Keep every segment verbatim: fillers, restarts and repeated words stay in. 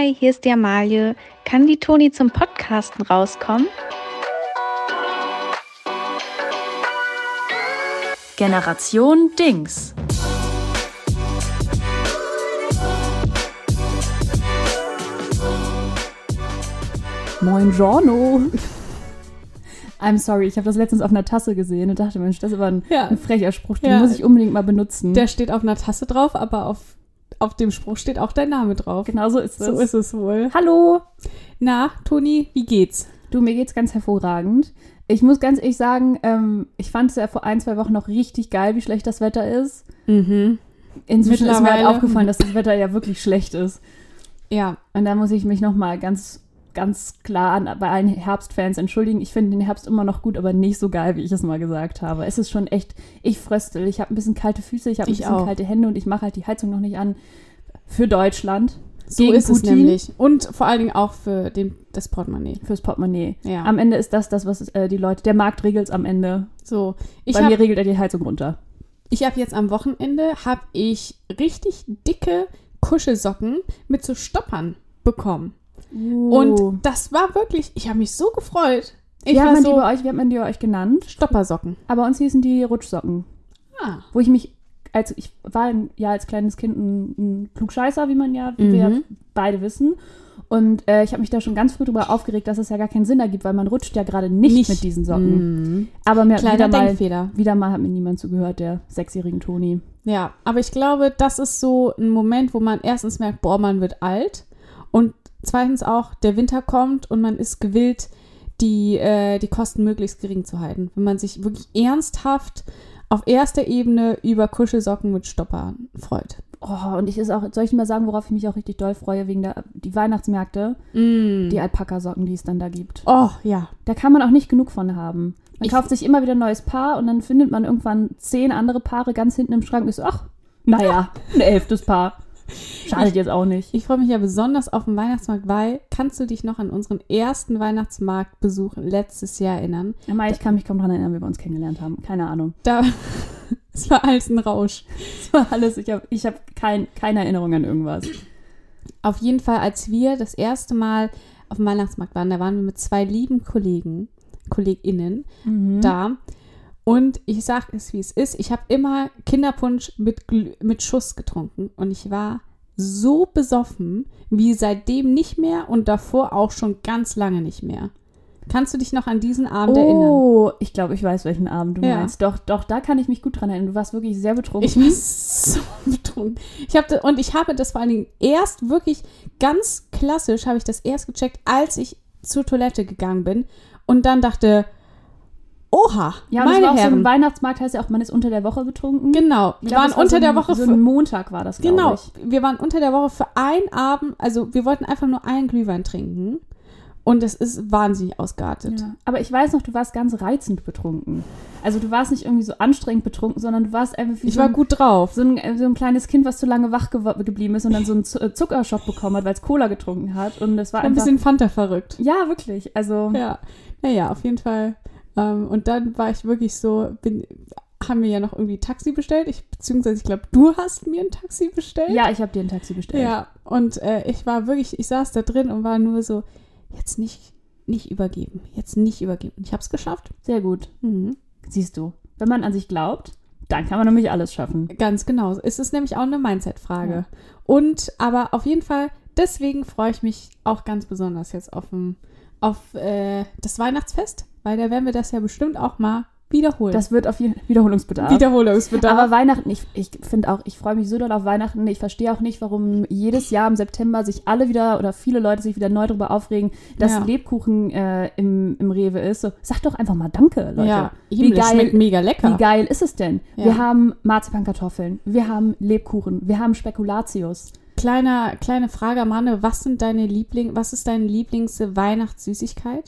Hi, hier ist die Amalie. Kann die Toni zum Podcasten rauskommen? Generation Dings. Moin Giorno. I'm sorry, ich habe das letztens auf einer Tasse gesehen und dachte, Mensch, das ist aber ein, ja. ein frecher Spruch, den ja. muss ich unbedingt mal benutzen. Der steht auf einer Tasse drauf, aber auf, auf dem Spruch steht auch dein Name drauf. Genau so ist es. So ist es wohl. Hallo. Na, Toni, wie geht's? Du, mir geht's ganz hervorragend. Ich muss ganz ehrlich sagen, ähm, ich fand es ja vor ein, zwei Wochen noch richtig geil, wie schlecht das Wetter ist. Mhm. Inzwischen ist mir halt aufgefallen, dass das Wetter ja wirklich schlecht ist. Ja. Und da muss ich mich nochmal ganz, ganz klar an, bei allen Herbstfans entschuldigen. Ich finde den Herbst immer noch gut, aber nicht so geil, wie ich es mal gesagt habe. Es ist schon echt, ich fröstel. Ich habe ein bisschen kalte Füße, ich habe ein ich bisschen auch. kalte Hände und ich mache halt die Heizung noch nicht an für Deutschland. So ist Putin. Es nämlich. Und vor allen Dingen auch für den, das Portemonnaie. Fürs Portemonnaie. Ja. Am Ende ist das das, was äh, die Leute, der Markt regelt es am Ende. So. Ich Bei hab, mir regelt er die Heizung runter. Ich habe jetzt am Wochenende, habe ich richtig dicke Kuschelsocken mit so Stoppern bekommen. Uh. Und das war wirklich, ich habe mich so gefreut. Ich wie, hat war man so, die bei euch, wie hat man die bei euch genannt? Stoppersocken. Aber bei uns hießen die Rutschsocken. Ah. Wo ich mich, als ich war ja als kleines Kind ein, ein Klugscheißer, wie man ja, wie Mhm. wir ja beide wissen. Und äh, ich habe mich da schon ganz früh darüber aufgeregt, dass es ja gar keinen Sinn ergibt, weil man rutscht ja gerade nicht, nicht mit diesen Socken. Mhm. Aber mir hat Kleiner wieder mal, Denkfehler. wieder mal hat mir niemand zugehört, der sechsjährigen Toni. Ja, aber ich glaube, das ist so ein Moment, wo man erstens merkt, boah, man wird alt. Und zweitens auch, der Winter kommt und man ist gewillt, die, äh, die Kosten möglichst gering zu halten. Wenn man sich wirklich ernsthaft auf erster Ebene über Kuschelsocken mit Stoppern freut. Oh, und ich ist auch, soll ich mal sagen, worauf ich mich auch richtig doll freue, wegen der die Weihnachtsmärkte, Mm. die Alpaka-Socken, die es dann da gibt. Oh, ja. Da kann man auch nicht genug von haben. Man Ich- kauft sich immer wieder ein neues Paar und dann findet man irgendwann zehn andere Paare ganz hinten im Schrank und ist so, ach, naja, ein elftes Paar. Schadet Ich- jetzt auch nicht. Ich freue mich ja besonders auf den Weihnachtsmarkt, weil, kannst du dich noch an unseren ersten Weihnachtsmarktbesuch letztes Jahr erinnern? Aber ich kann mich kaum daran erinnern, wie wir uns kennengelernt haben. Keine Ahnung. Da, es war alles ein Rausch. Das war alles, ich habe ich hab kein, keine Erinnerung an irgendwas. Auf jeden Fall, als wir das erste Mal auf dem Weihnachtsmarkt waren, da waren wir mit zwei lieben Kollegen, KollegInnen Mhm. da. Und ich sag es, wie es ist. Ich habe immer Kinderpunsch mit, Glü- mit Schuss getrunken. Und ich war so besoffen, wie seitdem nicht mehr und davor auch schon ganz lange nicht mehr. Kannst du dich noch an diesen Abend erinnern? Oh, ich glaube, ich weiß, welchen Abend du Ja. meinst. Doch, doch, da kann ich mich gut dran erinnern. Du warst wirklich sehr betrunken. Ich war so betrunken. Ich hab, und ich habe das vor allen Dingen erst wirklich ganz klassisch, habe ich das erst gecheckt, als ich zur Toilette gegangen bin und dann dachte, oha, ja, und meine das war auch Herren. so ein Weihnachtsmarkt, heißt ja auch, man ist unter der Woche betrunken. Genau, Ich wir glaub, waren das war unter so der ein, Woche so für, ein Montag war das, glaube genau, ich. wir waren unter der Woche für einen Abend, also wir wollten einfach nur einen Glühwein trinken und es ist wahnsinnig ausgeartet. Ja. Aber ich weiß noch, du warst ganz reizend betrunken. Also du warst nicht irgendwie so anstrengend betrunken, sondern du warst einfach wie Ich so, war ein, gut drauf. so, ein, so ein kleines Kind, was zu lange wach gew- geblieben ist und dann so einen Z- Zuckerschock bekommen hat, weil es Cola getrunken hat. Und das war Ein einfach... bisschen Fanta verrückt. Ja, wirklich. Also... Ja, naja, auf jeden Fall. Ähm, und dann war ich wirklich so, bin, haben wir ja noch irgendwie Taxi bestellt. Ich, beziehungsweise, ich glaube, du hast mir ein Taxi bestellt. Ja, ich habe dir ein Taxi bestellt. Ja, und äh, ich war wirklich, ich saß da drin und war nur so, jetzt nicht, nicht übergeben, jetzt nicht übergeben. Und ich habe es geschafft. Sehr gut. Mhm. Siehst du, wenn man an sich glaubt, dann kann man nämlich alles schaffen. Ganz genau. Es ist nämlich auch eine Mindset-Frage. Ja. Und, aber auf jeden Fall, deswegen freue ich mich auch ganz besonders jetzt auf, dem, auf äh, das Weihnachtsfest, weil da werden wir das ja bestimmt auch mal wiederholen. Das wird auf jeden Wiederholungsbedarf. Wiederholungsbedarf. Aber Weihnachten, ich, ich finde auch, ich freue mich so doll auf Weihnachten. Ich verstehe auch nicht, warum jedes Jahr im September sich alle wieder oder viele Leute sich wieder neu darüber aufregen, dass Ja. Lebkuchen äh, im, im Rewe ist. So, sag doch einfach mal Danke, Leute. Ja, wie eben, das geil, schmeckt mega lecker. wie geil ist es denn? Ja. Wir haben Marzipankartoffeln, wir haben Lebkuchen, wir haben Spekulatius. Kleiner, kleine Frage am Rande, was sind deine Liebling, was ist deine Lieblings-Weihnachtssüßigkeit?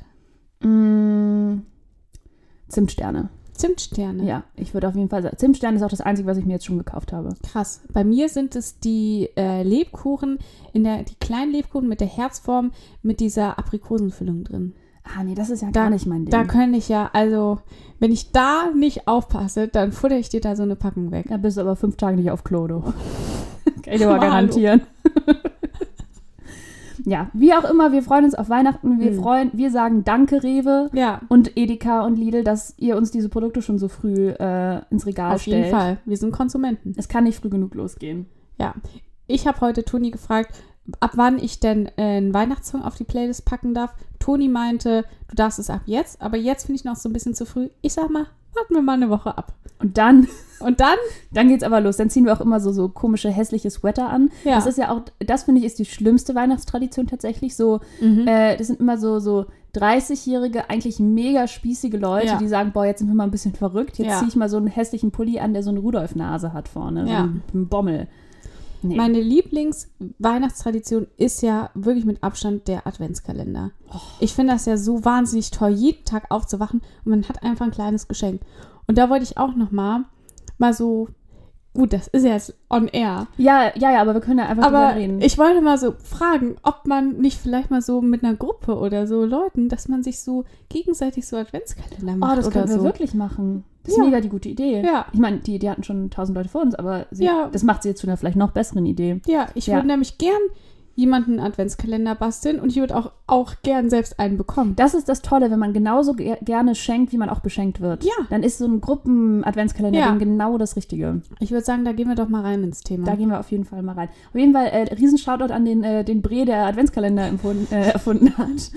Mm, Zimtsterne. Zimtsterne. Ja, ich würde auf jeden Fall sagen, Zimtsterne ist auch das Einzige, was ich mir jetzt schon gekauft habe. Krass. Bei mir sind es die äh, Lebkuchen, in der, die kleinen Lebkuchen mit der Herzform mit dieser Aprikosenfüllung drin. Ah, nee, das ist ja Da- gar nicht mein Ding. Da könnte ich ja, also, wenn ich da nicht aufpasse, dann futter ich dir da so eine Packung weg. Da bist du aber fünf Tage nicht auf Klo, du. Kann ich dir aber Aber hallo. garantieren. Ja, wie auch immer, wir freuen uns auf Weihnachten. Wir Mhm. freuen, wir sagen Danke, Rewe Ja, und Edeka und Lidl, dass ihr uns diese Produkte schon so früh äh, ins Regal auf stellt. jeden Fall. Wir sind Konsumenten. Es kann nicht früh genug losgehen. Ja. Ich habe heute Toni gefragt, ab wann ich denn äh, einen Weihnachtssong auf die Playlist packen darf. Toni meinte, du darfst es ab jetzt, aber jetzt finde ich noch so ein bisschen zu früh. Ich sag mal, warten wir mal eine Woche ab. Und dann, Und dann? dann geht's aber los. Dann ziehen wir auch immer so, so komische, hässliche Sweater an. Ja. Das ist ja auch, das finde ich, ist die schlimmste Weihnachtstradition tatsächlich. So, Mhm. äh, das sind immer so, so dreißigjährige, eigentlich mega spießige Leute, Ja. die sagen, boah, jetzt sind wir mal ein bisschen verrückt. Jetzt Ja. ziehe ich mal so einen hässlichen Pulli an, der so eine Rudolf-Nase hat vorne. So Ja. einen, einen Bommel. Nee. Meine Lieblings-Weihnachtstradition ist ja wirklich mit Abstand der Adventskalender. Ich finde das ja so wahnsinnig toll, jeden Tag aufzuwachen und man hat einfach ein kleines Geschenk. Und da wollte ich auch noch mal, mal so, gut, das ist ja jetzt on air, Ja, ja, ja, aber wir können ja einfach drüber aber reden. ich wollte mal so fragen, ob man nicht vielleicht mal so mit einer Gruppe oder so Leuten, dass man sich so gegenseitig so Adventskalender oh, macht das oder können wir so. wirklich machen. Das ist Ja. mega die gute Idee. Ja. Ich meine, die, die hatten schon tausend Leute vor uns, aber sie, Ja. das macht sie jetzt zu einer vielleicht noch besseren Idee. Ja, ich Ja. würde nämlich gern jemanden einen Adventskalender basteln und ich würde auch, auch gern selbst einen bekommen. Das ist das Tolle, wenn man genauso ge gerne schenkt, wie man auch beschenkt wird. Ja. Dann ist so ein Gruppen-Adventskalender Ja. dann genau das Richtige. Ich würde sagen, da gehen wir doch mal rein ins Thema. Da gehen wir auf jeden Fall mal rein. Auf jeden Fall, äh, Riesen-Shoutout an den, äh, den Bre, der Adventskalender empfunden, äh, erfunden hat.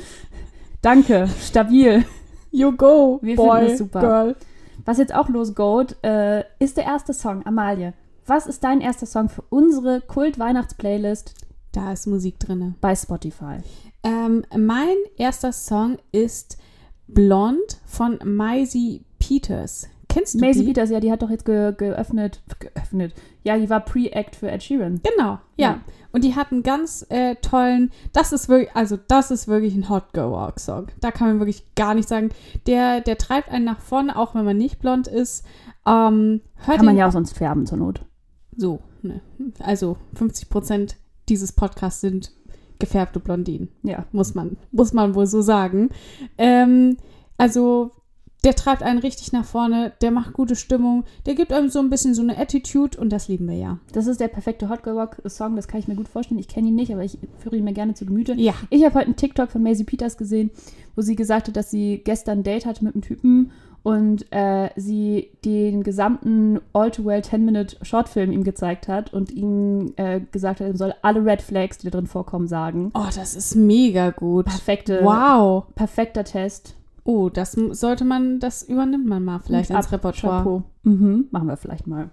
Danke, stabil. You go, Wir boy, finden das super. girl. Was jetzt auch losgeht, äh, ist der erste Song. Amalie, was ist dein erster Song für unsere Kult-Weihnachts-Playlist Da ist Musik drin. bei Spotify? Ähm, mein erster Song ist Blonde von Maisie Peters. Kennst du Maisie die? Peters, ja, die hat doch jetzt ge geöffnet, geöffnet. Ja, die war Pre-Act für Ed Sheeran. Genau, ja. Ja. Und die hat einen ganz äh, tollen, das ist wirklich, also das ist wirklich ein Hot Girl Walk Song. Da kann man wirklich gar nicht sagen. Der, der treibt einen nach vorne, auch wenn man nicht blond ist. Ähm, hört Kann man ihn ja auch sonst färben zur Not. so. Ne. Also fünfzig Prozent dieses Podcasts sind gefärbte Blondinen. Ja. Muss man, muss man wohl so sagen. Ähm, also, der treibt einen richtig nach vorne, der macht gute Stimmung, der gibt einem so ein bisschen so eine Attitude und das lieben wir ja. Das ist der perfekte Hot Girl Walk Song, das kann ich mir gut vorstellen. Ich kenne ihn nicht, aber ich führe ihn mir gerne zu Gemüte. Ja. Ich habe heute einen TikTok von Maisie Peters gesehen, wo sie gesagt hat, dass sie gestern ein Date hatte mit einem Typen und äh, sie den gesamten All-Too-Well ten-Minute-Shortfilm ihm gezeigt hat und ihm äh, gesagt hat, er soll alle Red Flags, die da drin vorkommen, sagen. Oh, das ist mega gut. Perfekte, Wow. perfekter Test. Oh, das m- sollte man, das übernimmt man mal vielleicht Und ins ab, Repertoire. Chapeau. Mhm, machen wir vielleicht mal.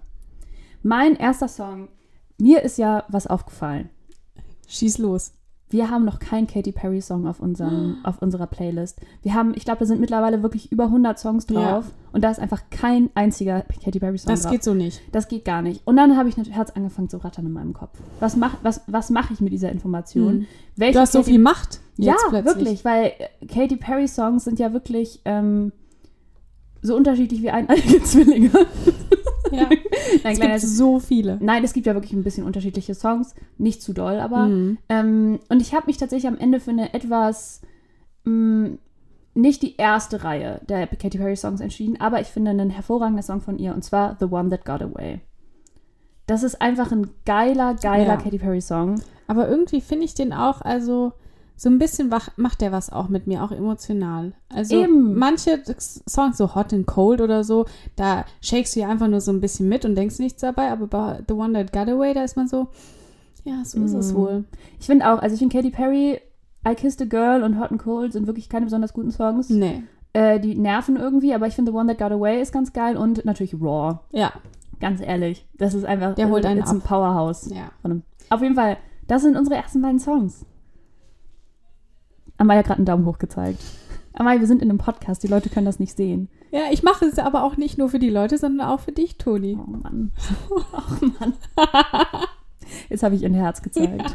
Mein erster Song. Mir ist ja was aufgefallen. Schieß los. Wir haben noch keinen Katy Perry Song auf, unserem, auf unserer Playlist. Wir haben, ich glaube, da sind mittlerweile wirklich über hundert Songs drauf. Ja. Und da ist einfach kein einziger Katy Perry Song Das drauf. geht so nicht. Das geht gar nicht. Und dann habe ich natürlich Herz angefangen zu rattern in meinem Kopf. Was mache was, was mach ich mit dieser Information? Mhm. Welche Du hast so Katy- viel Macht Ja, jetzt plötzlich. wirklich, weil äh, Katy Perry Songs sind ja wirklich ähm, so unterschiedlich wie eineiige Zwillinge. Ja. Ein Es kleiner gibt so viele. Nein, es gibt ja wirklich ein bisschen unterschiedliche Songs. Nicht zu doll, aber. Mhm. Ähm, und ich habe mich tatsächlich am Ende für eine etwas, mh, nicht die erste Reihe der Katy Perry Songs entschieden, aber ich finde einen hervorragenden Song von ihr und zwar The One That Got Away. Das ist einfach ein geiler, geiler Ja. Katy Perry Song. Aber irgendwie finde ich den auch, also so ein bisschen wach, macht der was auch mit mir, auch emotional. Also Eben. manche Songs, so Hot and Cold oder so, da shakest du ja einfach nur so ein bisschen mit und denkst nichts dabei, aber bei The One That Got Away, da ist man so, ja, so ist es Mhm. wohl. Ich finde auch, also ich finde Katy Perry, I Kissed a Girl und Hot and Cold sind wirklich keine besonders guten Songs. Nee. Äh, die nerven irgendwie, aber ich finde The One That Got Away ist ganz geil und natürlich Raw. Ja, Ganz ehrlich, das ist einfach Der holt einen it's ein ab. Powerhouse. ja. Von einem, auf jeden Fall, das sind unsere ersten beiden Songs. Amaya hat gerade einen Daumen hoch gezeigt. Amaya, wir sind in einem Podcast, die Leute können das nicht sehen. Ja, ich mache es aber auch nicht nur für die Leute, sondern auch für dich, Toni. Oh Mann. Ach Mann. Jetzt habe ich ihr Herz gezeigt.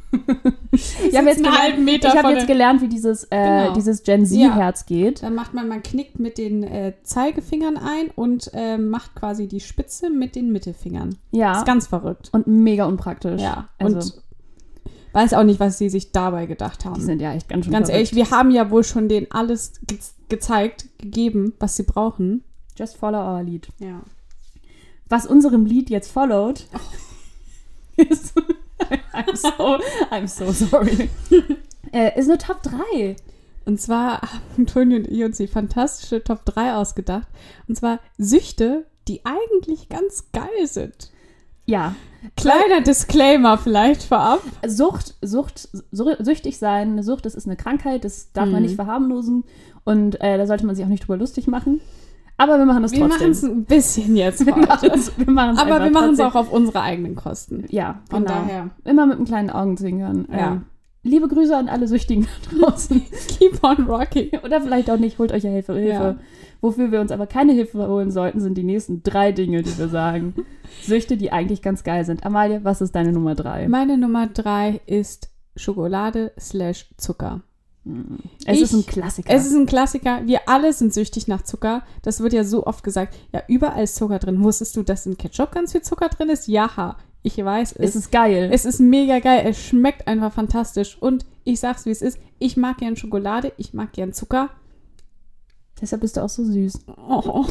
Ich habe jetzt, einen halben gelernt- Meter ich hab von jetzt der- gelernt, wie dieses, äh, Genau. dieses Gen Ja. Z-Herz geht. Dann macht man, man knickt mit den äh, Zeigefingern ein und äh, macht quasi die Spitze mit den Mittelfingern. Ja. Ist ganz verrückt. Und mega unpraktisch. Ja, Also, und weiß auch nicht, was sie sich dabei gedacht haben. die sind ja echt ganz schön Ganz verrückt. ehrlich, wir haben ja wohl schon denen alles ge gezeigt, gegeben, was sie brauchen. Just follow our lead. Ja. Was unserem Lied jetzt followt, ist I'm so, I'm so sorry. äh, ist eine Top drei. Und zwar haben Toni und ich uns die fantastische Top drei ausgedacht. Und zwar Süchte, die eigentlich ganz geil sind. Ja. Kleiner Disclaimer vielleicht vorab. Sucht, Sucht, Sucht, süchtig sein, eine Sucht, das ist eine Krankheit, das darf Mhm. man nicht verharmlosen und äh, da sollte man sich auch nicht drüber lustig machen. Aber wir machen das Wir trotzdem. machen es ein bisschen jetzt wir heute. machen's, wir machen's Aber einfach wir machen es trotzdem. auch auf unsere eigenen Kosten. Ja, Von genau. daher. Immer mit einem kleinen Augenzwinkern. Ja. Ähm, liebe Grüße an alle Süchtigen da draußen. Keep on rocking. Oder vielleicht auch nicht, holt euch ja Hilfe. Hilfe. Ja. Wofür wir uns aber keine Hilfe holen sollten, sind die nächsten drei Dinge, die wir sagen. Süchte, die eigentlich ganz geil sind. Amalie, was ist deine Nummer drei? Meine Nummer drei ist Schokolade slash Zucker. Es Ich- ist ein Klassiker. Es ist ein Klassiker. Wir alle sind süchtig nach Zucker. Das wird ja so oft gesagt. Ja, überall ist Zucker drin. Wusstest du, dass in Ketchup ganz viel Zucker drin ist? Ja, ich weiß es. es ist geil. Es ist mega geil. Es schmeckt einfach fantastisch. Und ich sag's, wie es ist. Ich mag gern Schokolade. Ich mag gern Zucker. Deshalb bist du auch so süß. Oh.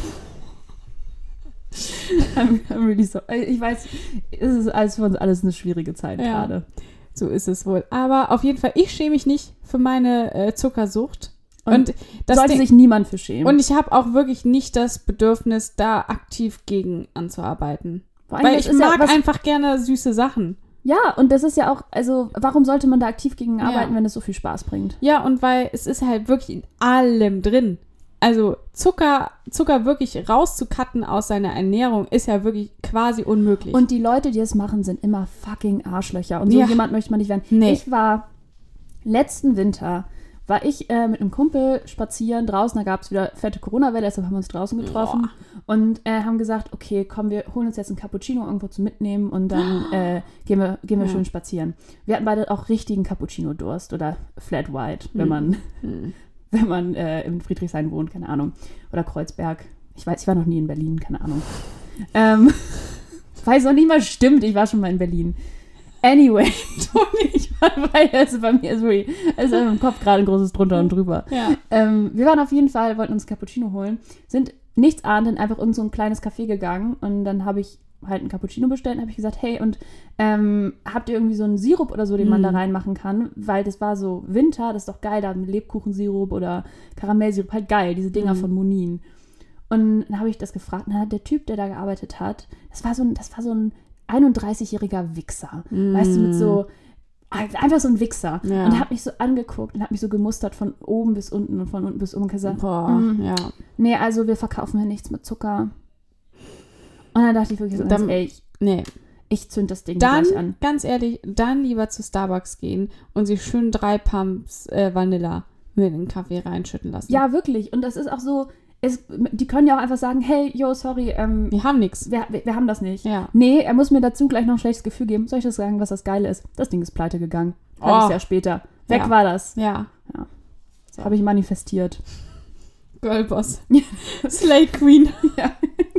I'm, I'm really so. Ich weiß, es ist alles für uns alles eine schwierige Zeit Ja. gerade. So ist es wohl. Aber auf jeden Fall, ich schäme mich nicht für meine äh, Zuckersucht. Und Und, das Sollte Ding, sich niemand für schämen. und ich habe auch wirklich nicht das Bedürfnis, da aktiv gegen anzuarbeiten. Vor allem, Weil das ich ist ja mag was- einfach gerne süße Sachen. Ja, und das ist ja auch, also warum sollte man da aktiv gegen Ja. arbeiten, wenn es so viel Spaß bringt? Ja, und weil es ist halt wirklich in allem drin. Also Zucker, Zucker wirklich rauszucutten aus seiner Ernährung ist ja wirklich quasi unmöglich. Und die Leute, die es machen, sind immer fucking Arschlöcher. Und so Ja. jemand möchte man nicht werden. Nee. Ich war letzten Winter, war ich äh, mit einem Kumpel spazieren draußen, da gab es wieder fette Corona-Welle, deshalb haben wir uns draußen getroffen und äh, haben gesagt, okay, komm, wir holen uns jetzt einen Cappuccino irgendwo zum Mitnehmen und dann äh, gehen wir, gehen wir Ja. schön spazieren. Wir hatten beide auch richtigen Cappuccino-Durst oder Flat White, wenn Hm. man, Hm. wenn man äh, in Friedrichshain wohnt, keine Ahnung. Oder Kreuzberg. Ich weiß, ich war noch nie in Berlin, keine Ahnung. Ähm, weiß auch nicht mal, stimmt, ich war schon mal in Berlin. Anyway, Toni, ich war bei, also bei mir ist wirklich, also im Kopf gerade ein großes drunter und drüber. Ja. Ähm, wir waren auf jeden Fall, wollten uns Cappuccino holen, sind nichts ahnend einfach irgend so ein kleines Café gegangen und dann habe ich halt einen Cappuccino bestellt und habe ich gesagt, hey, und ähm, habt ihr irgendwie so einen Sirup oder so, den man Mhm. da reinmachen kann? Weil das war so Winter, das ist doch geil, da mit Lebkuchensirup oder Karamellsirup, halt geil, diese Dinger Mhm. von Monin. Und dann habe ich das gefragt und dann hat der Typ, der da gearbeitet hat, das war so ein, das war so ein einunddreißigjähriger Wichser. Mm. Weißt du, mit so, einfach so ein Wichser. Ja. Und hat mich so angeguckt und hat mich so gemustert von oben bis unten und von unten bis oben und gesagt, Boah, mm, ja. nee, also wir verkaufen hier nichts mit Zucker. Und dann dachte ich wirklich so, Dann- ey, ich, Nee. ich zünd das Ding Dann, gleich an. ganz ehrlich, dann lieber zu Starbucks gehen und sich schön drei Pumps äh, Vanilla mit in den Kaffee reinschütten lassen. Ja, wirklich. Und das ist auch so, es, die können ja auch einfach sagen, hey, yo, sorry, ähm, Wir haben nichts. wir, wir, wir haben das nicht. Ja. Nee, er muss mir dazu gleich noch ein schlechtes Gefühl geben. Soll ich das sagen, was das Geile ist? Das Ding ist pleite gegangen. Ein halbes Oh. Jahr später. Weg Ja. war das. Ja. Das habe ich manifestiert. Girlboss. Slay Queen. Ja.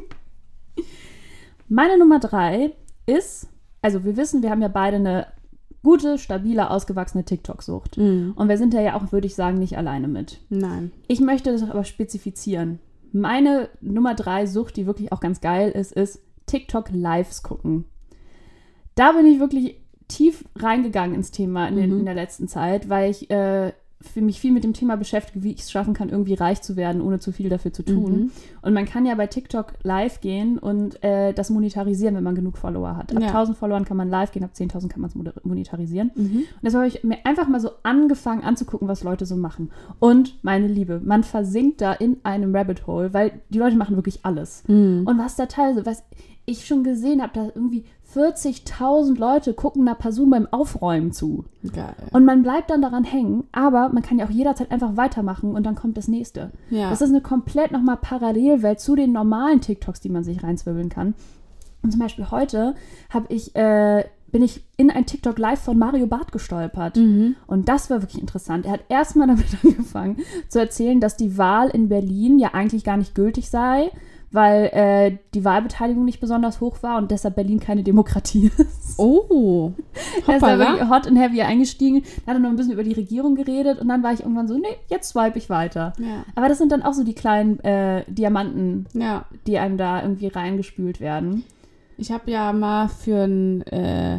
Meine Nummer drei ist, also wir wissen, wir haben ja beide eine gute, stabile, ausgewachsene TikTok-Sucht. Mhm. Und wir sind da ja auch, würde ich sagen, nicht alleine mit. Nein. Ich möchte das aber spezifizieren. Meine Nummer drei Sucht, die wirklich auch ganz geil ist, ist TikTok-Lives gucken. Da bin ich wirklich tief reingegangen ins Thema in, den, Mhm. in der letzten Zeit, weil ich äh, für mich viel mit dem Thema beschäftige, wie ich es schaffen kann, irgendwie reich zu werden, ohne zu viel dafür zu tun. Mhm. Und man kann ja bei TikTok live gehen und äh, das monetarisieren, wenn man genug Follower hat. Ab Ja. tausend Followern kann man live gehen, ab zehntausend kann man es monetarisieren. Mhm. Und deshalb habe ich mir einfach mal so angefangen anzugucken, was Leute so machen. Und meine Liebe, man versinkt da in einem Rabbit Hole, weil die Leute machen wirklich alles. Mhm. Und was da teilweise, was ich schon gesehen habe, da irgendwie vierzigtausend Leute gucken einer Person beim Aufräumen zu. Geil. Und man bleibt dann daran hängen, aber man kann ja auch jederzeit einfach weitermachen und dann kommt das nächste. Ja. Das ist eine komplett nochmal Parallelwelt zu den normalen TikToks, die man sich reinzwirbeln kann. Und zum Beispiel heute habe ich, äh, bin ich in ein TikTok live von Mario Barth gestolpert. Mhm. Und das war wirklich interessant. Er hat erstmal damit angefangen zu erzählen, dass die Wahl in Berlin ja eigentlich gar nicht gültig sei, weil äh, die Wahlbeteiligung nicht besonders hoch war und deshalb Berlin keine Demokratie ist. Oh. Er ist da Hoppala. wirklich hot and heavy eingestiegen, dann hat er noch ein bisschen über die Regierung geredet und dann war ich irgendwann so, nee, jetzt swipe ich weiter. Ja. Aber das sind dann auch so die kleinen äh, Diamanten, Ja. die einem da irgendwie reingespült werden. Ich habe ja mal für ein, äh,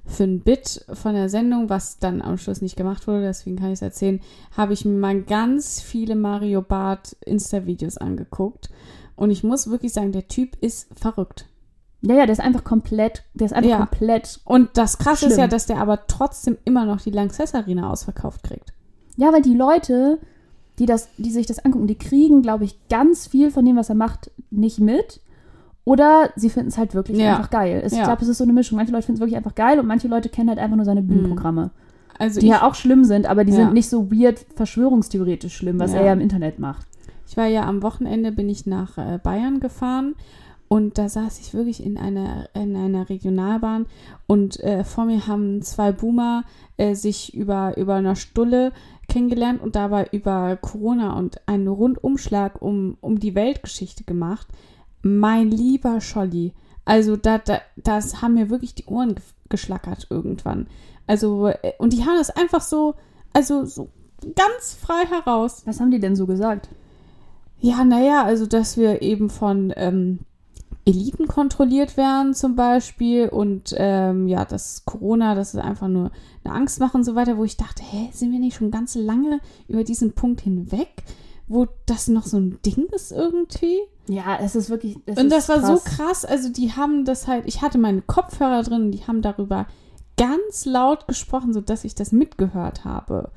für ein Bit von der Sendung, was dann am Schluss nicht gemacht wurde, deswegen kann ich es erzählen, habe ich mir mal ganz viele Mario Barth Insta-Videos angeguckt. Und ich muss wirklich sagen, der Typ ist verrückt. Ja, ja, der ist einfach komplett, der ist einfach Ja. komplett. Und das Krasse ist Schlimm. ja, dass der aber trotzdem immer noch die Lanxess Arena ausverkauft kriegt. Ja, weil die Leute, die das, die sich das angucken, die kriegen, glaube ich, ganz viel von dem, was er macht, nicht mit. Oder sie finden es halt wirklich Ja. einfach geil. Es, Ja. Ich glaube, es ist so eine Mischung. Manche Leute finden es wirklich einfach geil und manche Leute kennen halt einfach nur seine Bühnenprogramme. Also Die ich, ja auch schlimm sind, aber die Ja. sind nicht so weird verschwörungstheoretisch schlimm, was Ja. er ja im Internet macht. ich war ja am Wochenende, bin ich nach äh, Bayern gefahren und da saß ich wirklich in einer, in einer Regionalbahn und äh, vor mir haben zwei Boomer äh, sich über, über einer Stulle kennengelernt und dabei über Corona und einen Rundumschlag um, um die Weltgeschichte gemacht. Mein lieber Scholli, also da, da, das haben mir wirklich die Ohren ge- geschlackert irgendwann. Also, äh, und die haben das einfach so, also so ganz frei heraus. Was haben die denn so gesagt? Ja, naja, also dass wir eben von ähm, Eliten kontrolliert werden zum Beispiel und ähm, ja, dass Corona, das ist einfach nur eine Angst machen und so weiter, wo ich dachte, hä, sind wir nicht schon ganz lange über diesen Punkt hinweg, wo das noch so ein Ding ist irgendwie? Ja, es ist wirklich. Es Und ist das war so krass. krass, also die haben das halt, ich hatte meine Kopfhörer drin und die haben darüber ganz laut gesprochen, sodass ich das mitgehört habe.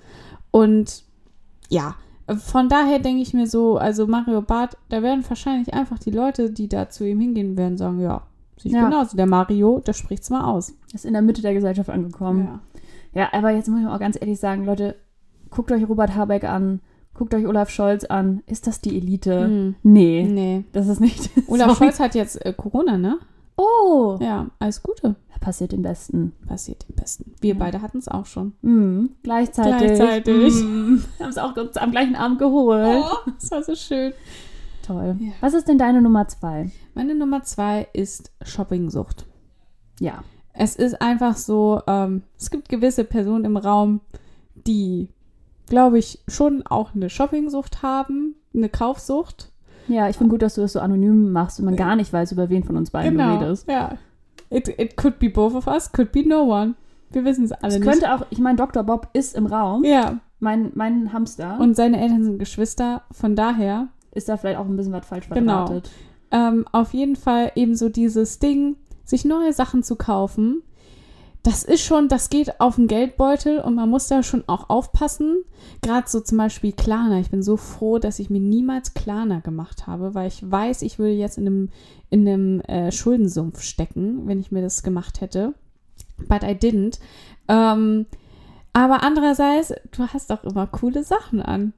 Und ja, von daher denke ich mir so, also Mario Barth, da werden wahrscheinlich einfach die Leute, die da zu ihm hingehen werden, sagen, ja, sieht Ja. genauso. Der Mario, der spricht's mal aus. Ist in der Mitte der Gesellschaft angekommen. Ja. ja, aber jetzt muss ich auch ganz ehrlich sagen, Leute, guckt euch Robert Habeck an, guckt euch Olaf Scholz an. Ist das die Elite? Hm. Nee, Nee. das ist nicht. Olaf Sorry. Scholz hat jetzt äh, Corona, ne? Oh, Ja, alles Gute. passiert den Besten. Passiert dem Besten. Wir Ja. beide hatten es auch schon. Mhm. Gleichzeitig. Gleichzeitig. Mhm. Haben es auch kurz am gleichen Abend geholt. Oh, das war so schön. Toll. Ja. Was ist denn deine Nummer zwei? Meine Nummer zwei ist Shoppingsucht. Ja. Es ist einfach so, ähm, es gibt gewisse Personen im Raum, die, glaube ich, schon auch eine Shoppingsucht haben, eine Kaufsucht. Ja, ich finde gut, dass du das so anonym machst und man gar nicht weiß, über wen von uns beiden du redest. ja. It, it could be both of us, could be no one. Wir wissen es alle Es nicht. könnte auch, ich meine, Doktor Bob ist im Raum, Ja, mein, mein Hamster, und seine Eltern sind Geschwister, von daher ist da vielleicht auch ein bisschen was falsch Genau. verdrahtet. ähm, auf jeden Fall eben so dieses Ding, sich neue Sachen zu kaufen. Das ist schon, das geht auf den Geldbeutel und man muss da schon auch aufpassen. Gerade so zum Beispiel Klarna. Ich bin so froh, dass ich mir niemals Klarna gemacht habe, weil ich weiß, ich würde jetzt in einem, in einem äh, Schuldensumpf stecken, wenn ich mir das gemacht hätte. But I didn't. Ähm, aber andererseits, du hast auch immer coole Sachen an.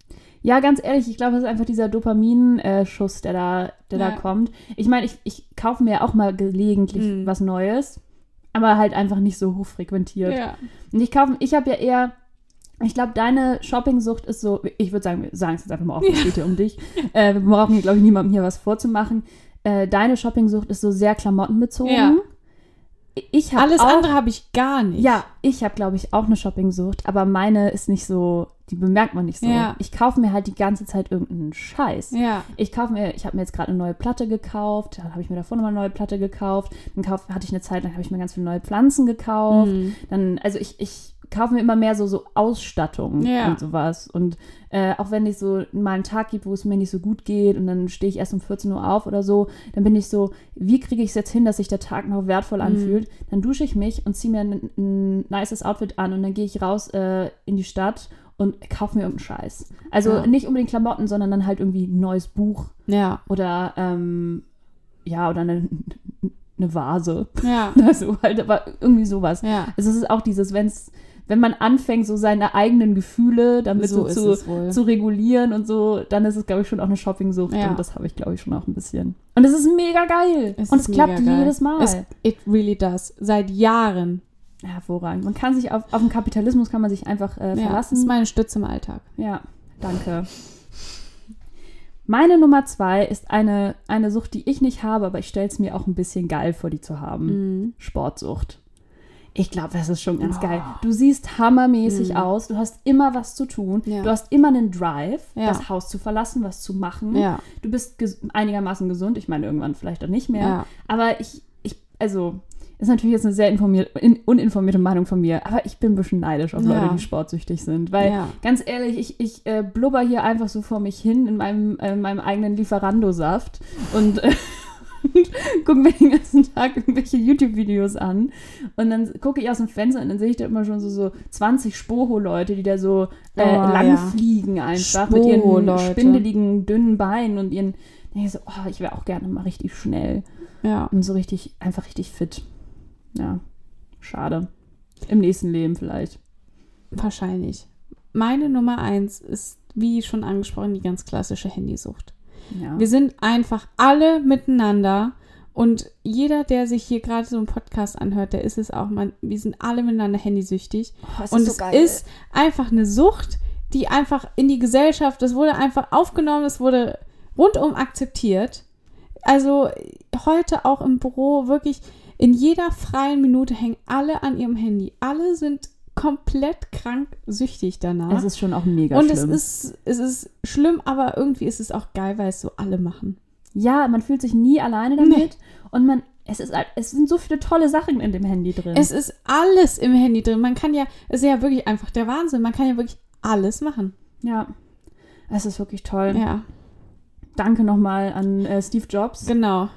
Ja, ganz ehrlich, ich glaube, es ist einfach dieser Dopaminschuss, der da, der Ja. da kommt. Ich meine, ich, ich kaufe mir auch mal gelegentlich Mhm. was Neues, aber halt einfach nicht so hoch frequentiert. Ja. Und ich kaufe, ich habe ja eher, ich glaube, deine Shoppingsucht ist so, ich würde sagen, wir sagen es jetzt einfach mal offen, es geht hier um dich. Äh, wir brauchen hier, glaube ich, niemandem hier was vorzumachen. Äh, deine Shoppingsucht ist so sehr klamottenbezogen. Ja. Ich habe Alles auch, andere habe ich gar nicht. Ja, ich habe, glaube ich, auch eine Shoppingsucht, aber meine ist nicht so, die bemerkt man nicht so. Ja. Ich kaufe mir halt die ganze Zeit irgendeinen Scheiß. Ja. Ich kaufe mir, ich habe mir jetzt gerade eine neue Platte gekauft, dann habe ich mir davor nochmal eine neue Platte gekauft, dann kauf, hatte ich eine Zeit lang, habe ich mir ganz viele neue Pflanzen gekauft, Mhm. dann, also ich, ich kaufe mir immer mehr so, so Ausstattung Ja. und sowas und äh, auch wenn es so mal einen Tag gibt, wo es mir nicht so gut geht und dann stehe ich erst um vierzehn Uhr auf oder so, dann bin ich so, wie kriege ich es jetzt hin, dass sich der Tag noch wertvoll anfühlt? Dann dusche ich mich und ziehe mir ein, ein nices Outfit an und dann gehe ich raus äh, in die Stadt und kaufe mir irgendeinen Scheiß. Also Ja. nicht unbedingt Klamotten, sondern dann halt irgendwie ein neues Buch Ja. oder ähm, ja, oder eine, eine Vase. Ja. Also halt, aber irgendwie sowas. Ja. Also es ist auch dieses, wenn's, wenn man anfängt, so seine eigenen Gefühle damit so, So ist zu, es wohl. zu regulieren und so, dann ist es, glaube ich, schon auch eine Shoppingsucht Ja. und das habe ich, glaube ich, schon auch ein bisschen. Und es ist mega geil. Es und ist es klappt mega geil. jedes Mal. Es, it really does. Seit Jahren. Hervorragend. Man kann sich auf, auf den Kapitalismus kann man sich einfach äh, Ja, das verlassen. ist meine Stütze im Alltag. Ja, danke. Meine Nummer zwei ist eine, eine Sucht, die ich nicht habe, aber ich stelle es mir auch ein bisschen geil vor, die zu haben. Mhm. Sportsucht. Ich glaube, das ist schon ganz Oh. geil. Du siehst hammermäßig Mhm. aus, du hast immer was zu tun, Ja. du hast immer einen Drive, Ja. das Haus zu verlassen, was zu machen. Ja. Du bist ges- einigermaßen gesund, ich meine irgendwann vielleicht auch nicht mehr. Ja. Aber ich, ich, also ist natürlich jetzt eine sehr informiert, in, uninformierte Meinung von mir, aber ich bin ein bisschen neidisch auf Leute, Ja. die sportsüchtig sind. Weil, Ja. ganz ehrlich, ich, ich äh, blubber hier einfach so vor mich hin in meinem, äh, meinem eigenen Lieferando-Saft und äh, gucke mir den ganzen Tag irgendwelche YouTube-Videos an. Und dann gucke ich aus dem Fenster und dann sehe ich da immer schon so, so zwanzig Spoho-Leute, die da so äh, Oh, lang ja. fliegen einfach mit ihren Spoho-Leute. spindeligen, dünnen Beinen und ihren. Da denk ich so, oh, ich wäre auch gerne mal richtig schnell Ja. und so richtig, einfach richtig fit. Ja, schade. Im nächsten Leben vielleicht. Wahrscheinlich. Meine Nummer eins ist, wie schon angesprochen, die ganz klassische Handysucht. Ja. Wir sind einfach alle miteinander und jeder, der sich hier gerade so einen Podcast anhört, der ist es auch. Man, wir sind alle miteinander handysüchtig. Oh, es Und ist so es geil. ist einfach eine Sucht, die einfach in die Gesellschaft, das wurde einfach aufgenommen, es wurde rundum akzeptiert. Also heute auch im Büro wirklich in jeder freien Minute hängen alle an ihrem Handy. Alle sind komplett krank süchtig danach. Es ist schon auch mega Und schlimm. es ist, es ist schlimm, aber irgendwie ist es auch geil, weil es so alle machen. Ja, man fühlt sich nie alleine damit. Nee. Und man, es ist, es sind so viele tolle Sachen in dem Handy drin. Es ist alles im Handy drin. Man kann ja, es ist ja wirklich einfach der Wahnsinn. Man kann ja wirklich alles machen. ja, es ist wirklich toll. Ja, Danke nochmal an äh, Steve Jobs. genau.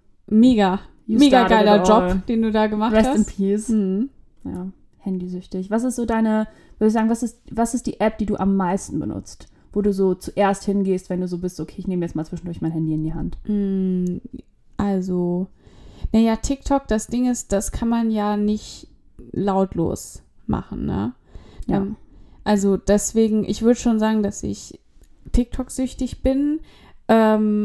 Mega. You Mega started geiler it all. Job, den du da gemacht Rest in hast. peace. Mhm. Ja, handysüchtig. Was ist so deine, würde ich sagen, was ist, was ist die App, die du am meisten benutzt? Wo du so zuerst hingehst, wenn du so bist, okay, ich nehme jetzt mal zwischendurch mein Handy in die Hand. Mm, Also, naja, TikTok, das Ding ist, das kann man ja nicht lautlos machen, ne? Ja. Ähm, Also deswegen, ich würde schon sagen, dass ich TikTok-süchtig bin, ähm,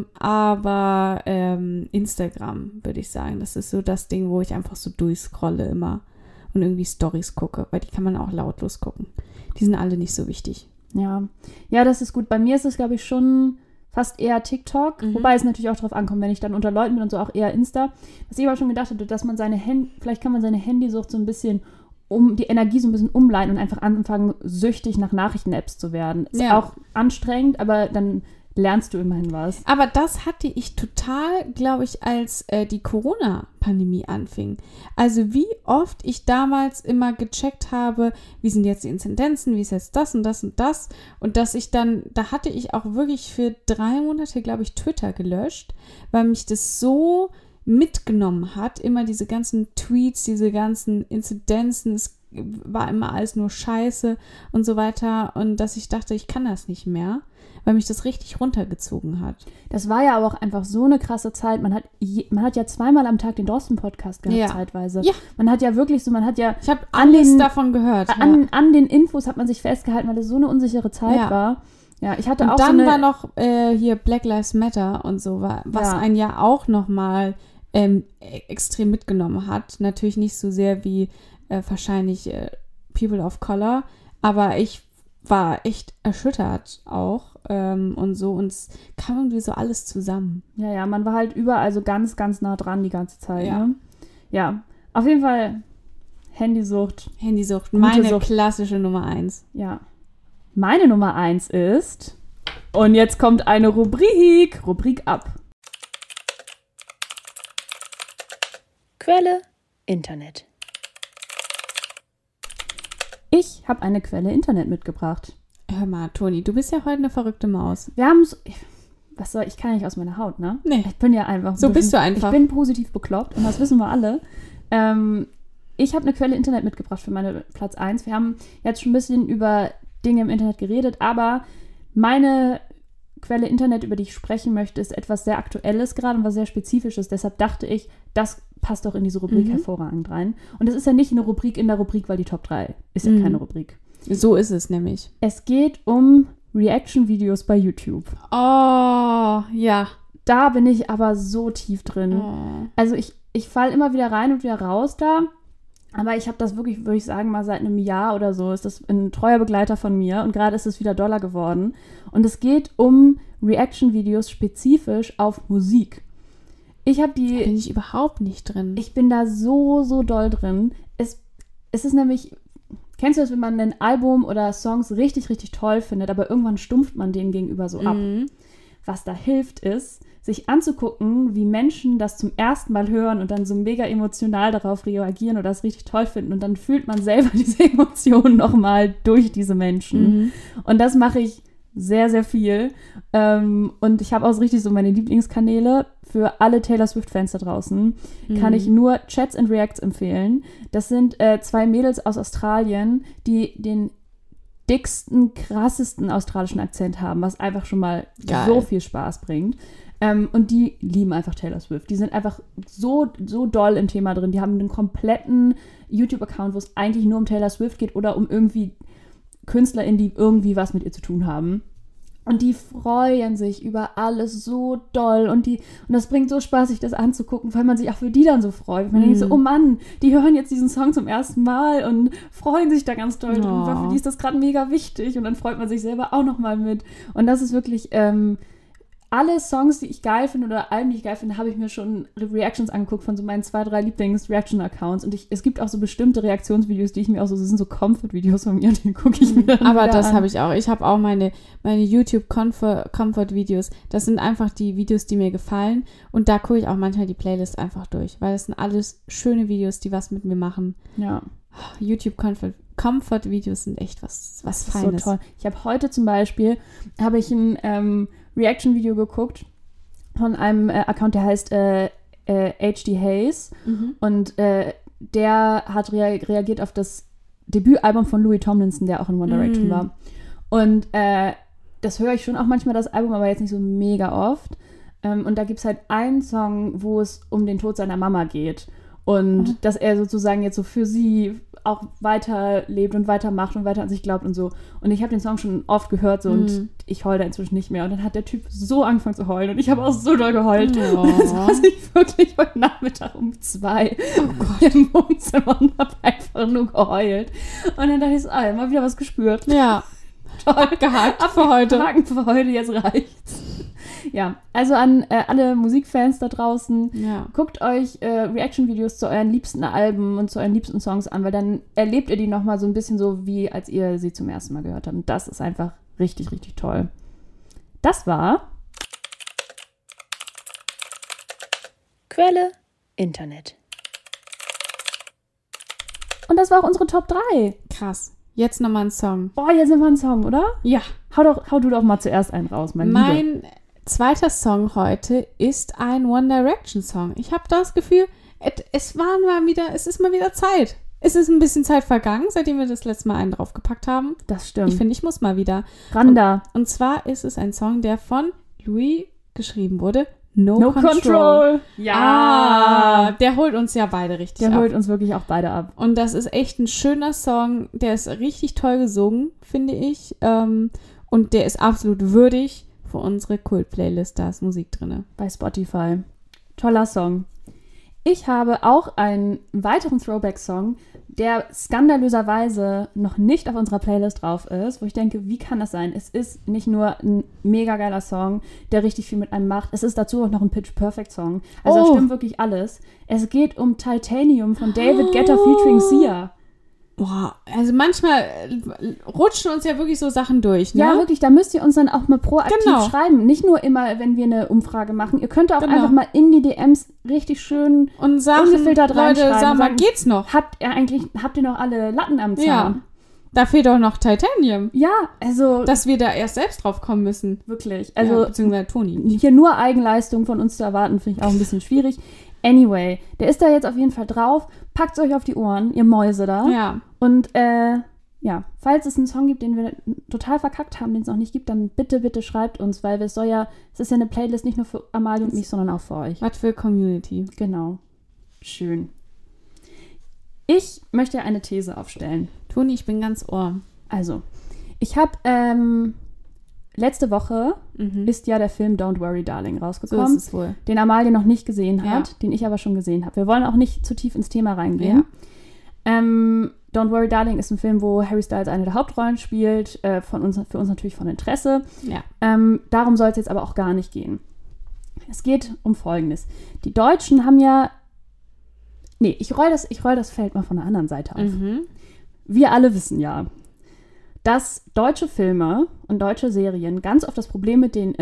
aber ähm, Instagram, würde ich sagen, das ist so das Ding, wo ich einfach so durchscrolle immer und irgendwie Stories gucke, weil die kann man auch lautlos gucken. Die sind alle nicht so wichtig. Ja, ja, das ist gut. Bei mir ist es, glaube ich, schon fast eher TikTok, Mhm. wobei es natürlich auch darauf ankommt, wenn ich dann unter Leuten bin und so, auch eher Insta. Was ich aber schon gedacht hatte, dass man seine Handy, vielleicht kann man seine Handysucht so ein bisschen um die Energie so ein bisschen umleiten und einfach anfangen, süchtig nach Nachrichten-Apps zu werden. Ist Ja. auch anstrengend, aber dann lernst du immerhin was. Aber das hatte ich total, glaube ich, als äh, die Corona-Pandemie anfing. Also wie oft ich damals immer gecheckt habe, wie sind jetzt die Inzidenzen, wie ist jetzt das und das und das. Und dass ich dann, da hatte ich auch wirklich für drei Monate, glaube ich, Twitter gelöscht, weil mich das so mitgenommen hat. Immer diese ganzen Tweets, diese ganzen Inzidenzen, es war immer alles nur Scheiße und so weiter. Und dass ich dachte, ich kann das nicht mehr, weil mich das richtig runtergezogen hat. Das war ja aber auch einfach so eine krasse Zeit. Man hat, je, man hat ja zweimal am Tag den Drosten-Podcast gehabt, Ja. zeitweise. Ja. Man hat ja wirklich so, man hat ja Ich habe An alles den- davon gehört. ja. an, an den Infos hat man sich festgehalten, weil es so eine unsichere Zeit Ja. war. Ja, ich hatte Und auch dann so eine, war noch äh, hier Black Lives Matter und so, wa- was Ja. einen ja auch nochmal ähm, e- extrem mitgenommen hat. Natürlich nicht so sehr wie äh, wahrscheinlich äh, People of Color, aber ich war echt erschüttert auch ähm, und so. Und es kam irgendwie so alles zusammen. ja, ja, man war halt überall so ganz, ganz nah dran die ganze Zeit. Ja. Ne? Ja, auf jeden Fall Handysucht. Handysucht, Gute meine Sucht. klassische Nummer eins. Ja. Meine Nummer eins ist, und jetzt kommt eine Rubrik, Rubrik ab. Quelle Internet. Ich habe eine Quelle Internet mitgebracht. Hör mal, Toni, du bist ja heute eine verrückte Maus. Wir haben so, was soll, ich kann ja nicht aus meiner Haut, ne? Nee. Ich bin ja einfach ein So bist bisschen- du einfach. Ich bin positiv bekloppt und das wissen wir alle. Ähm, ich habe eine Quelle Internet mitgebracht für meine Platz eins. Wir haben jetzt schon ein bisschen über Dinge im Internet geredet, aber meine Quelle Internet, über die ich sprechen möchte, ist etwas sehr Aktuelles gerade und was sehr Spezifisches. Deshalb dachte ich, das passt doch in diese Rubrik Mhm. hervorragend rein. Und es ist ja nicht eine Rubrik in der Rubrik, weil die Top drei ist ja Mhm. keine Rubrik. So ist es nämlich. Es geht um Reaction-Videos bei YouTube. Oh, ja. Da bin ich aber so tief drin. Oh. Also ich, ich falle immer wieder rein und wieder raus da. Aber ich habe das wirklich, würde ich sagen, mal seit einem Jahr oder so ist das ein treuer Begleiter von mir. Und gerade ist es wieder doller geworden. Und es geht um Reaction-Videos spezifisch auf Musik. Ich habe die... Bin ich überhaupt nicht drin. Ich bin da so, so doll drin. Es, es ist nämlich... Kennst du das, wenn man ein Album oder Songs richtig, richtig toll findet, aber irgendwann stumpft man denen gegenüber so ab? Mhm. was da hilft, ist, sich anzugucken, wie Menschen das zum ersten Mal hören und dann so mega emotional darauf reagieren oder das richtig toll finden. Und dann fühlt man selber diese Emotionen nochmal durch diese Menschen. Mhm. Und das mache ich sehr, sehr viel. Ähm, und ich habe auch so richtig so meine Lieblingskanäle. Für alle Taylor Swift-Fans da draußen mhm. kann ich nur Chats and Reacts empfehlen. Das sind äh, zwei Mädels aus Australien, die den dicksten, krassesten australischen Akzent haben, was einfach schon mal Geil. so viel Spaß bringt. Ähm, und die lieben einfach Taylor Swift. Die sind einfach so, so doll im Thema drin. Die haben einen kompletten YouTube-Account, wo es eigentlich nur um Taylor Swift geht oder um irgendwie KünstlerInnen, die irgendwie was mit ihr zu tun haben. Und die freuen sich über alles so doll. Und, die, und das bringt so Spaß, sich das anzugucken, weil man sich auch für die dann so freut. Man mm. denkt so, oh Mann, die hören jetzt diesen Song zum ersten Mal und freuen sich da ganz doll oh. drüber. Für die ist das gerade mega wichtig. Und dann freut man sich selber auch nochmal mit. Und das ist wirklich... Ähm, alle Songs, die ich geil finde oder Alben, die ich geil finde, habe ich mir schon Reactions angeguckt von so meinen zwei, drei Lieblings-Reaction-Accounts. Und ich, es gibt auch so bestimmte Reaktionsvideos, die ich mir auch so, das sind so Comfort-Videos von mir, die gucke ich mir dann Aber das an. habe ich auch. Ich habe auch meine, meine YouTube-Comfort-Videos. Das sind einfach die Videos, die mir gefallen. Und da gucke ich auch manchmal die Playlist einfach durch, weil das sind alles schöne Videos, die was mit mir machen. Ja. YouTube-Comfort Comfort-Videos sind echt was, was Feines. So toll. Ich habe heute zum Beispiel, habe ich ein ähm, Reaction-Video geguckt von einem äh, Account, der heißt äh, äh, H D Hayes. Mhm. Und äh, der hat rea- reagiert auf das Debütalbum von Louis Tomlinson, der auch in One Direction mhm. war. Und äh, das höre ich schon auch manchmal, das Album, aber jetzt nicht so mega oft. Ähm, und da gibt es halt einen Song, wo es um den Tod seiner Mama geht. Und mhm. dass er sozusagen jetzt so für sie auch weiterlebt und weitermacht und weiter an sich glaubt und so. Und ich habe den Song schon oft gehört so, mhm. und ich heule da inzwischen nicht mehr. Und dann hat der Typ so angefangen zu heulen und ich habe auch so doll geheult. Oh. Und dann saß ich wirklich heute Nachmittag um zwei oh Gott. im Wohnzimmer und habe einfach nur geheult. Und dann dachte ich so, ah, mal wieder was gespürt. Ja, toll. Abgehakt für heute. Abgehakt für heute, jetzt reicht's. Ja, also an äh, alle Musikfans da draußen, ja. guckt euch äh, Reaction-Videos zu euren liebsten Alben und zu euren liebsten Songs an, weil dann erlebt ihr die nochmal so ein bisschen so, wie als ihr sie zum ersten Mal gehört habt. Und das ist einfach richtig, richtig toll. Das war Quelle Internet. Und das war auch unsere Top drei. Krass. Jetzt nochmal ein Song. Boah, jetzt sind wir ein Song, oder? Ja. Hau, doch, hau du doch mal zuerst einen raus, mein Lieber. Mein zweiter Song heute ist ein One Direction Song. Ich habe das Gefühl, es war mal wieder, es ist mal wieder Zeit. Es ist ein bisschen Zeit vergangen, seitdem wir das letzte Mal einen draufgepackt haben. Das stimmt. Ich finde, ich muss mal wieder. Randa. Und, und zwar ist es ein Song, der von Louis geschrieben wurde. No, no Control. Control. Ja. Ah, der holt uns ja beide richtig der ab. Der holt uns wirklich auch beide ab. Und das ist echt ein schöner Song. Der ist richtig toll gesungen, finde ich. Ähm, und der ist absolut würdig für unsere Kult-Playlist. Da ist Musik drin. Bei Spotify. Toller Song. Ich habe auch einen weiteren Throwback-Song, der skandalöserweise noch nicht auf unserer Playlist drauf ist, wo ich denke, wie kann das sein? Es ist nicht nur ein mega geiler Song, der richtig viel mit einem macht. Es ist dazu auch noch ein Pitch-Perfect-Song. Also oh. da stimmt wirklich alles. Es geht um Titanium von David Guetta featuring Sia. Boah, also manchmal rutschen uns ja wirklich so Sachen durch, ne? Ja, wirklich, da müsst ihr uns dann auch mal proaktiv genau. schreiben. Nicht nur immer, wenn wir eine Umfrage machen. Ihr könnt auch genau. einfach mal in die D Ms richtig schön und sagen, ungefiltert Leute, reinschreiben. sag mal, geht's noch? Habt ihr eigentlich, habt ihr noch alle Latten am Zahn? Ja, da fehlt doch noch Titanium. Ja, also... Dass wir da erst selbst drauf kommen müssen. Wirklich, also... Ja, beziehungsweise Toni. Hier nur Eigenleistung von uns zu erwarten, finde ich auch ein bisschen schwierig. Anyway, der ist da jetzt auf jeden Fall drauf. Packt's euch auf die Ohren, ihr Mäuse da. Ja. Und äh, ja, falls es einen Song gibt, den wir total verkackt haben, den es noch nicht gibt, dann bitte, bitte schreibt uns, weil es soll ja, es ist ja eine Playlist nicht nur für Amalie und mich, sondern auch für euch. Was für Community. Genau. Schön. Ich möchte eine These aufstellen. Toni, ich bin ganz ohr. Also, ich habe ähm, letzte Woche mhm. ist ja der Film Don't Worry Darling rausgekommen, so ist es wohl. Den Amalie noch nicht gesehen hat, ja. den ich aber schon gesehen habe. Wir wollen auch nicht zu tief ins Thema reingehen. Ja. Ähm, Don't Worry Darling ist ein Film, wo Harry Styles eine der Hauptrollen spielt, äh, von uns, für uns natürlich von Interesse. Ja. Ähm, darum soll es jetzt aber auch gar nicht gehen. Es geht um Folgendes. Die Deutschen haben ja... Nee, ich roll das, ich roll das Feld mal von der anderen Seite auf. Mhm. Wir alle wissen ja, dass deutsche Filme und deutsche Serien ganz oft das Problem mit denen ist,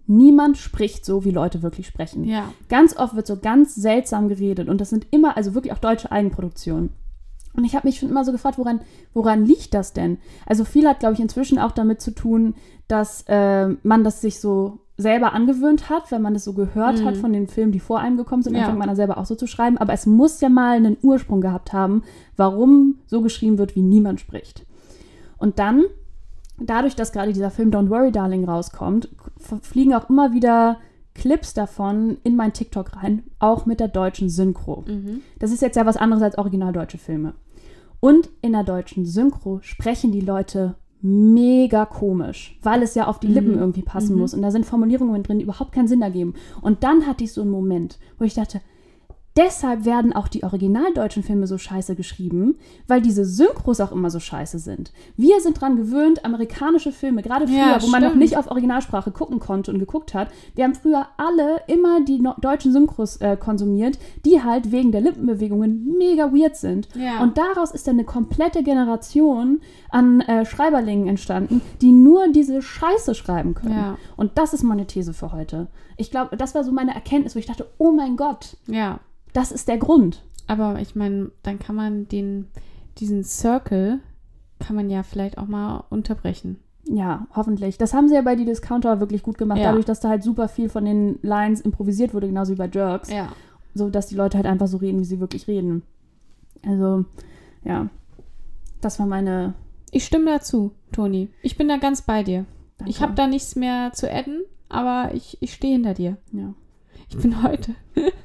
niemand spricht so, wie Leute wirklich sprechen. Ja. Ganz oft wird so ganz seltsam geredet und das sind immer, also wirklich auch deutsche Eigenproduktionen. Und ich habe mich schon immer so gefragt, woran, woran liegt das denn? Also viel hat, glaube ich, inzwischen auch damit zu tun, dass äh, man das sich so selber angewöhnt hat, wenn man das so gehört Mhm. hat von den Filmen, die vor einem gekommen sind, dann Ja. fängt man dann selber auch so zu schreiben. Aber es muss ja mal einen Ursprung gehabt haben, warum so geschrieben wird, wie niemand spricht. Und dann, dadurch, dass gerade dieser Film Don't Worry, Darling rauskommt, f- fliegen auch immer wieder Clips davon in mein TikTok rein, auch mit der deutschen Synchro. Mhm. Das ist jetzt ja was anderes als original deutsche Filme. Und in der deutschen Synchro sprechen die Leute mega komisch, weil es ja auf die Lippen Mhm. irgendwie passen Mhm. muss. Und da sind Formulierungen drin, die überhaupt keinen Sinn ergeben. Und dann hatte ich so einen Moment, wo ich dachte, deshalb werden auch die originaldeutschen Filme so scheiße geschrieben, weil diese Synchros auch immer so scheiße sind. Wir sind dran gewöhnt, amerikanische Filme, gerade früher, Ja, wo man noch stimmt. nicht auf Originalsprache gucken konnte und geguckt hat. Wir haben früher alle immer die no- deutschen Synchros äh, konsumiert, die halt wegen der Lippenbewegungen mega weird sind. Ja. Und daraus ist dann eine komplette Generation an äh, Schreiberlingen entstanden, die nur diese Scheiße schreiben können. Ja. Und das ist meine These für heute. Ich glaube, das war so meine Erkenntnis, wo ich dachte, oh mein Gott, Ja. das ist der Grund. Aber ich meine, dann kann man den, diesen Circle, kann man ja vielleicht auch mal unterbrechen. Ja, hoffentlich. Das haben sie ja bei die Discounter wirklich gut gemacht, Ja. dadurch, dass da halt super viel von den Lines improvisiert wurde, genauso wie bei Jerks. Ja. So, dass die Leute halt einfach so reden, wie sie wirklich reden. Also, ja. Das war meine... Ich stimme dazu, Toni. Ich bin da ganz bei dir. Danke. Ich habe da nichts mehr zu adden, aber ich, ich stehe hinter dir. Ja. Ich bin heute...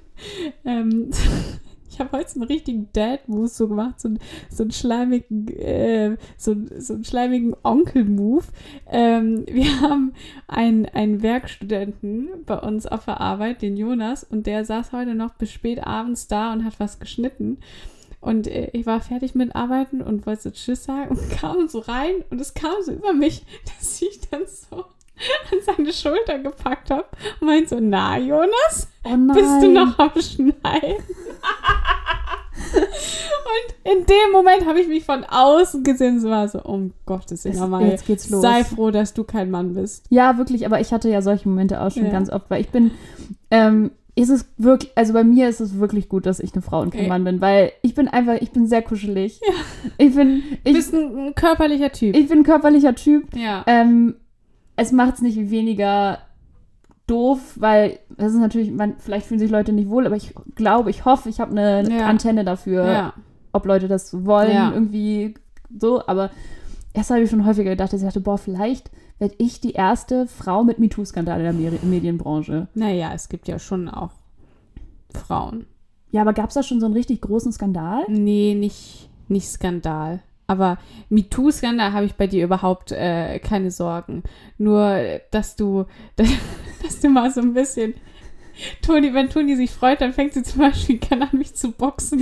ähm, ich habe heute so einen richtigen Dad-Move so gemacht, so, einen- so einen schleimigen, äh, so, so einen schleimigen Onkel-Move. Ähm, wir haben einen, einen Werkstudenten bei uns auf der Arbeit, den Jonas, und der saß heute noch bis spät abends da und hat was geschnitten. Und äh, ich war fertig mit Arbeiten und wollte so Tschüss sagen und kam so rein und es kam so über mich, dass ich dann so an seine Schulter gepackt habe und meinte so, na Jonas, Oh nein. bist du noch am Schneiden? Und in dem Moment habe ich mich von außen gesehen, so war so, um Gottes Willen, Es- Amalie, jetzt geht's los. sei froh, dass du kein Mann bist. Ja, wirklich, aber ich hatte ja solche Momente auch schon Ja. ganz oft, weil ich bin, ähm, ist es wirklich, also bei mir ist es wirklich gut, dass ich eine Frau und kein Ja. Mann bin, weil ich bin einfach, ich bin sehr kuschelig. Ich bin, Du ich, bist ein, ein körperlicher Typ. ich bin ein körperlicher Typ. ja. Ähm, es macht es nicht weniger doof, weil das ist natürlich, man, vielleicht fühlen sich Leute nicht wohl, aber ich glaube, ich hoffe, ich habe eine Ja. Antenne dafür, ja. ob Leute das wollen, Ja. irgendwie so, aber erst habe ich schon häufiger gedacht, dass ich dachte, boah, vielleicht werde ich die erste Frau mit MeToo-Skandal in der Medi- Medienbranche. Naja, es gibt ja schon auch Frauen. Ja, aber gab es da schon so einen richtig großen Skandal? Nee, nicht, nicht Skandal. Aber MeToo-Skandal habe ich bei dir überhaupt äh, keine Sorgen. Nur, dass du, dass du mal so ein bisschen... Toni, wenn Toni sich freut, dann fängt sie zum Beispiel gerne an, mich zu boxen.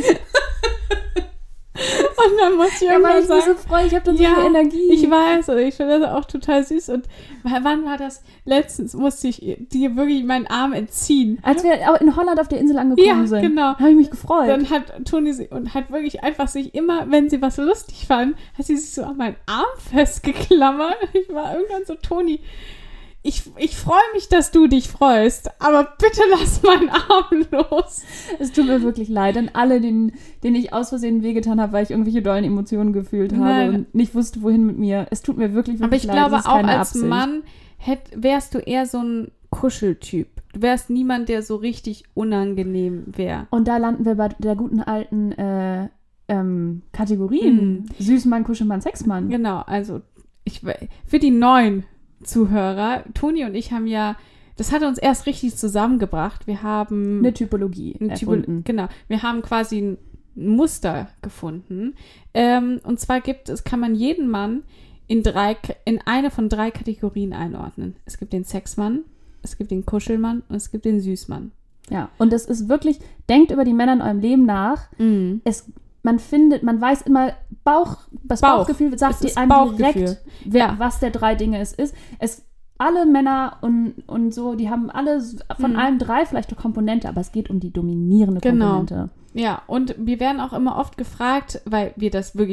Und dann muss ich Ja, weil irgendwann ich mich sagen... so freue, ich habe dann so Ja, viel Energie. Ich weiß, also ich finde das auch total süß. Und wann war das? Letztens musste ich dir wirklich meinen Arm entziehen. Als wir auch in Holland auf der Insel angekommen Ja, sind, genau. habe ich mich gefreut. Dann hat Toni sie und hat wirklich einfach sich immer, wenn sie was lustig fand, hat sie sich so an meinen Arm festgeklammert. Ich war irgendwann so, Toni, ich, ich freue mich, dass du dich freust, aber bitte lass meinen Arm los. Es tut mir wirklich leid an alle, denen, denen ich aus Versehen wehgetan habe, weil ich irgendwelche dollen Emotionen gefühlt habe Nein. und nicht wusste, wohin mit mir. Es tut mir wirklich, wirklich Aber ich leid. glaube es ist auch keine als Absicht. Mann hätt, wärst du eher so ein Kuscheltyp. Du wärst niemand, der so richtig unangenehm wäre. Und da landen wir bei der guten alten äh, ähm, Kategorien. Süßmann, Kuschelmann, Sexmann. Genau, also ich, für die neuen Zuhörer, Toni und ich haben ja, das hat uns erst richtig zusammengebracht. Wir haben Eine Typologie ein Typo- erfunden. Genau, wir haben quasi ein Muster gefunden. Ähm, und zwar gibt es, kann man jeden Mann in drei, in eine von drei Kategorien einordnen. Es gibt den Sexmann, es gibt den Kuschelmann und es gibt den Süßmann. Ja, und es ist wirklich, denkt über die Männer in eurem Leben nach. Mhm. Es, man findet, man weiß immer, Bauch, das Bauch. Bauchgefühl sagt Es dir ist einem Bauchgefühl. direkt, wer, Ja. was der drei Dinge es ist. Es, alle Männer und, und so, die haben alle von Mhm. allen drei vielleicht eine Komponente, aber es geht um die dominierende Genau. Komponente. Ja, und wir werden auch immer oft gefragt, weil wir das wirklich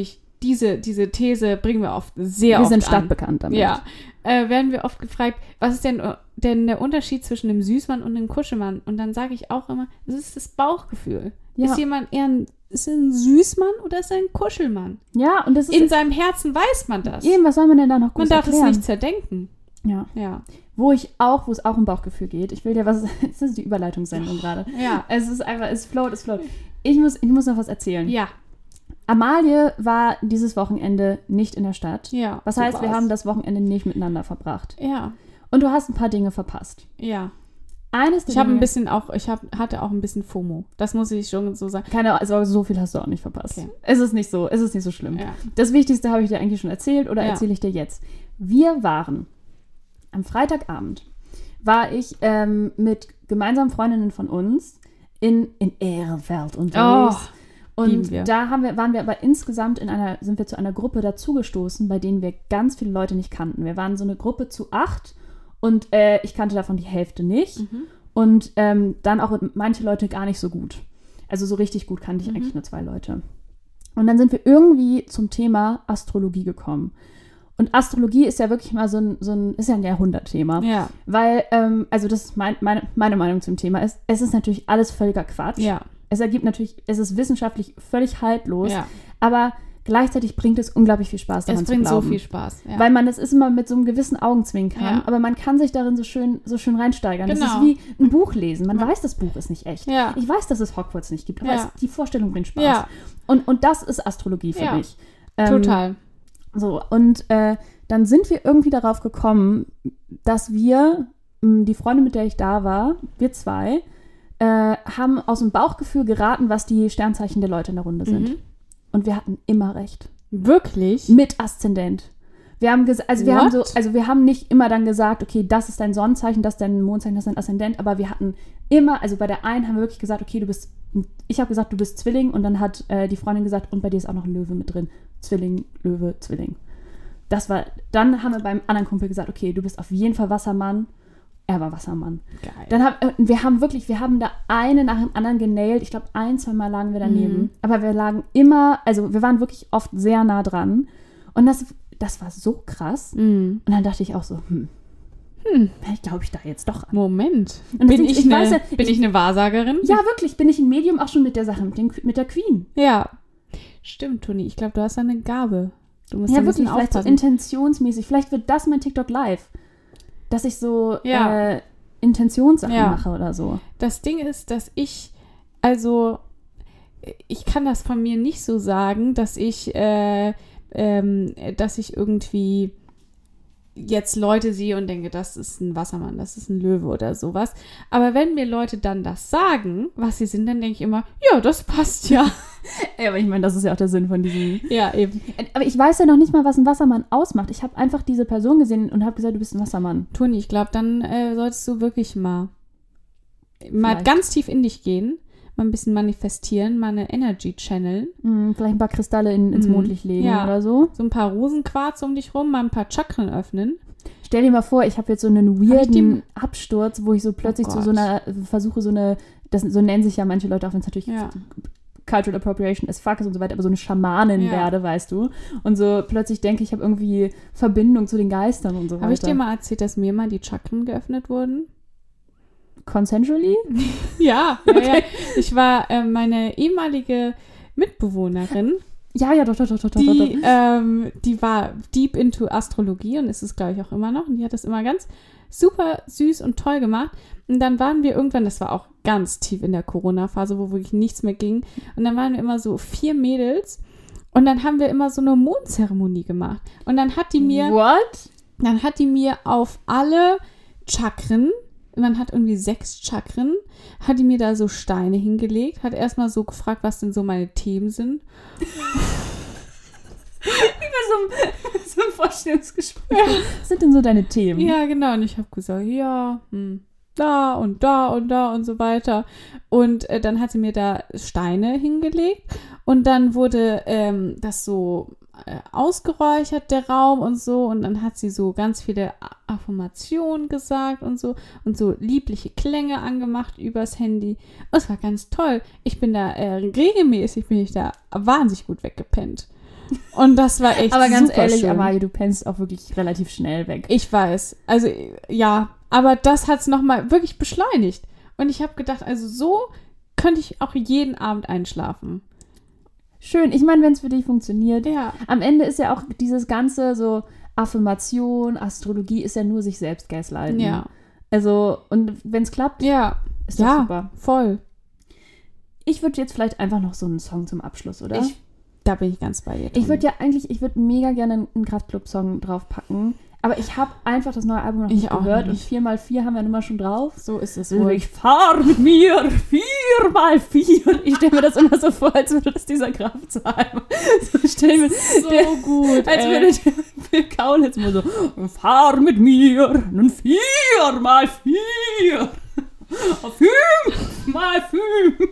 diese, diese These bringen wir oft sehr Wir oft sind an. stadtbekannt damit. Ja, äh, werden wir oft gefragt, was ist denn, denn der Unterschied zwischen einem Süßmann und einem Kuschelmann? Und dann sage ich auch immer, das ist das Bauchgefühl. Ja. Ist jemand eher ein, ist er ein Süßmann oder ist er ein Kuschelmann? Ja, und das ist... In seinem Herzen weiß man das. Eben, was soll man denn da noch Man groß darf erklären? es nicht zerdenken. Ja. Ja. Wo ich auch, wo es auch um Bauchgefühl geht. Ich will dir was... Das ist die Überleitungssendung gerade. Ja. Es ist einfach, es float, es float. Ich muss, ich muss noch was erzählen. Ja. Amalie war dieses Wochenende nicht in der Stadt. Ja. Was so heißt, wir war's. haben das Wochenende nicht miteinander verbracht. Ja. Und du hast ein paar Dinge verpasst. Ja. Eines der Ich habe Dinge, ein bisschen auch, ich hab, hatte auch ein bisschen FOMO. Das muss ich schon so sagen. Keine also so viel hast du auch nicht verpasst. Okay. Es ist nicht so, es ist nicht so schlimm. Ja. Das Wichtigste habe ich dir eigentlich schon erzählt oder Ja. erzähle ich dir jetzt. Wir waren am Freitagabend, war ich ähm, mit gemeinsamen Freundinnen von uns in, in Ehrenfeld unterwegs. Oh, lieben Und wir. da haben wir, waren wir aber insgesamt in einer, sind wir zu einer Gruppe dazugestoßen, bei denen wir ganz viele Leute nicht kannten. Wir waren so eine Gruppe zu acht und äh, ich kannte davon die Hälfte nicht. Mhm. Und ähm, dann auch manche Leute gar nicht so gut. Also so richtig gut kannte ich Mhm. eigentlich nur zwei Leute. Und dann sind wir irgendwie zum Thema Astrologie gekommen. Und Astrologie ist ja wirklich mal so ein, so ein ist ja ein Jahrhundertthema. Ja. Weil, ähm, also das ist mein, meine, meine Meinung zum Thema, ist, es ist natürlich alles völliger Quatsch. Ja. Es ergibt natürlich, es ist wissenschaftlich völlig haltlos, Ja. aber gleichzeitig bringt es unglaublich viel Spaß, daran Es bringt zu so glauben. viel Spaß. Ja. Weil man das ist immer mit so einem gewissen Augenzwinkern, Ja. aber man kann sich darin so schön, so schön reinsteigern. Das Genau. ist wie ein Buch lesen. Man weiß, das Buch ist nicht echt. Ja. Ich weiß, dass es Hogwarts nicht gibt, aber Ja. es, die Vorstellung bringt Spaß. Ja. Und, und das ist Astrologie für Ja. mich. Ähm, Total. So, und äh, dann sind wir irgendwie darauf gekommen, dass wir, mh, die Freundin, mit der ich da war, wir zwei, äh, haben aus dem Bauchgefühl geraten, was die Sternzeichen der Leute in der Runde sind. Mhm. Und wir hatten immer recht. Wirklich? Mit Aszendent. Wir haben ges- also wir haben so, What? also wir haben nicht immer dann gesagt, okay, das ist dein Sonnenzeichen, das ist dein Mondzeichen, das ist dein Aszendent, aber wir hatten immer, also bei der einen haben wir wirklich gesagt, okay, du bist, ich habe gesagt, du bist Zwilling und dann hat äh, die Freundin gesagt, und bei dir ist auch noch ein Löwe mit drin. Zwilling, Löwe, Zwilling. Das war, dann haben wir beim anderen Kumpel gesagt, okay, du bist auf jeden Fall Wassermann. Er war Wassermann. Geil. Dann haben äh, wir haben wirklich, wir haben da eine nach dem anderen genailt. Ich glaube, ein, zwei Mal lagen wir daneben. Mhm. Aber wir lagen immer, also wir waren wirklich oft sehr nah dran. Und das, das war so krass. Mhm. Und dann dachte ich auch so, hm, Hm. vielleicht glaube ich da jetzt doch an. Moment. Und Bin, das- ich, ich eine, weiß ja, bin ich eine Wahrsagerin? Ja, wirklich, bin ich ein Medium auch schon mit der Sache, mit, den, mit der Queen. Ja. Stimmt, Toni. Ich glaube, du hast eine Gabe. Du musst Ja, ein bisschen wirklich, vielleicht so aufpassen. intentionsmäßig. Vielleicht wird das mein TikTok live. Dass ich so Ja. äh, Intentionssachen Ja. mache oder so. Das Ding ist, dass ich, also, ich kann das von mir nicht so sagen, dass ich, äh, ähm, dass ich irgendwie jetzt Leute sehe und denke, das ist ein Wassermann, das ist ein Löwe oder sowas. Aber wenn mir Leute dann das sagen, was sie sind, dann denke ich immer, ja, das passt ja. Ja, aber ich meine, das ist ja auch der Sinn von diesem. Ja, eben. Aber ich weiß ja noch nicht mal, was ein Wassermann ausmacht. Ich habe einfach diese Person gesehen und habe gesagt, du bist ein Wassermann. Toni, ich glaube, dann äh, solltest du wirklich mal, mal Vielleicht. ganz tief in dich gehen, mal ein bisschen manifestieren, mal eine Energy channeln. Hm, vielleicht ein paar Kristalle in, ins Mhm. Mondlicht legen Ja. oder so. So ein paar Rosenquarz um dich rum, mal ein paar Chakren öffnen. Stell dir mal vor, ich habe jetzt so einen ich weirden dem- Absturz, wo ich so plötzlich zu Gott. so einer, versuche so eine, das, so nennen sich ja manche Leute, auch wenn es natürlich Ja. Cultural Appropriation as fuck ist und so weiter, aber so eine Schamanin Ja. werde, weißt du. Und so plötzlich denke ich, ich habe irgendwie Verbindung zu den Geistern und so weiter. Habe ich dir mal erzählt, dass mir mal die Chakren geöffnet wurden? Consensually? Ja, ja, ja. Ich war äh, meine ehemalige Mitbewohnerin, Ja, ja, doch, doch, doch, doch, doch, doch. die, ähm, die war deep into Astrologie und ist es, glaube ich, auch immer noch. Und die hat das immer ganz super süß und toll gemacht. Und dann waren wir irgendwann, das war auch ganz tief in der Corona-Phase, wo wirklich nichts mehr ging. Und dann waren wir immer so vier Mädels und dann haben wir immer so eine Mondzeremonie gemacht. Und dann hat die mir... What? Dann hat die mir auf alle Chakren, man hat irgendwie sechs Chakren, hat die mir da so Steine hingelegt, hat erstmal so gefragt, was denn so meine Themen sind. Wie bei so einem, so einem Vorstellungsgespräch. Was sind denn so deine Themen? Ja, genau. Und ich habe gesagt, ja, hm, da und da und da und so weiter. Und äh, dann hat sie mir da Steine hingelegt und dann wurde ähm, das so äh, ausgeräuchert, der Raum und so. Und dann hat sie so ganz viele A- Affirmationen gesagt und so und so liebliche Klänge angemacht übers Handy. Und es war ganz toll. Ich bin da äh, regelmäßig, bin ich da wahnsinnig gut weggepennt. Und das war echt Aber ganz super ehrlich, schön. Amalie, du pennst auch wirklich relativ schnell weg. Ich weiß. Also, ja. Aber das hat es nochmal wirklich beschleunigt. Und ich habe gedacht, also so könnte ich auch jeden Abend einschlafen. Schön. Ich meine, wenn es für dich funktioniert. Ja. Am Ende ist ja auch dieses ganze so Affirmation, Astrologie ist ja nur sich selbst gaslighten. Ja. Also, und wenn es klappt, Ja. ist das Ja, super. voll. Ich würde jetzt vielleicht einfach noch so einen Song zum Abschluss, oder? Ich, da bin ich ganz bei dir. Ich würde ja eigentlich, ich würde mega gerne einen Kraftclub-Song draufpacken. Aber ich habe einfach das neue Album noch Ich nicht auch gehört nicht. und vier mal vier haben wir nun mal schon drauf. So ist es Also wohl. ich fahr mit mir vier mal vier. Ich stelle mir das immer so vor, als würde das dieser Kraftzahl. So stell mir So der, gut, als ey. würde der Phil Kaulitz mal so, fahr mit mir nun vier mal vier. Fünf mal fünf.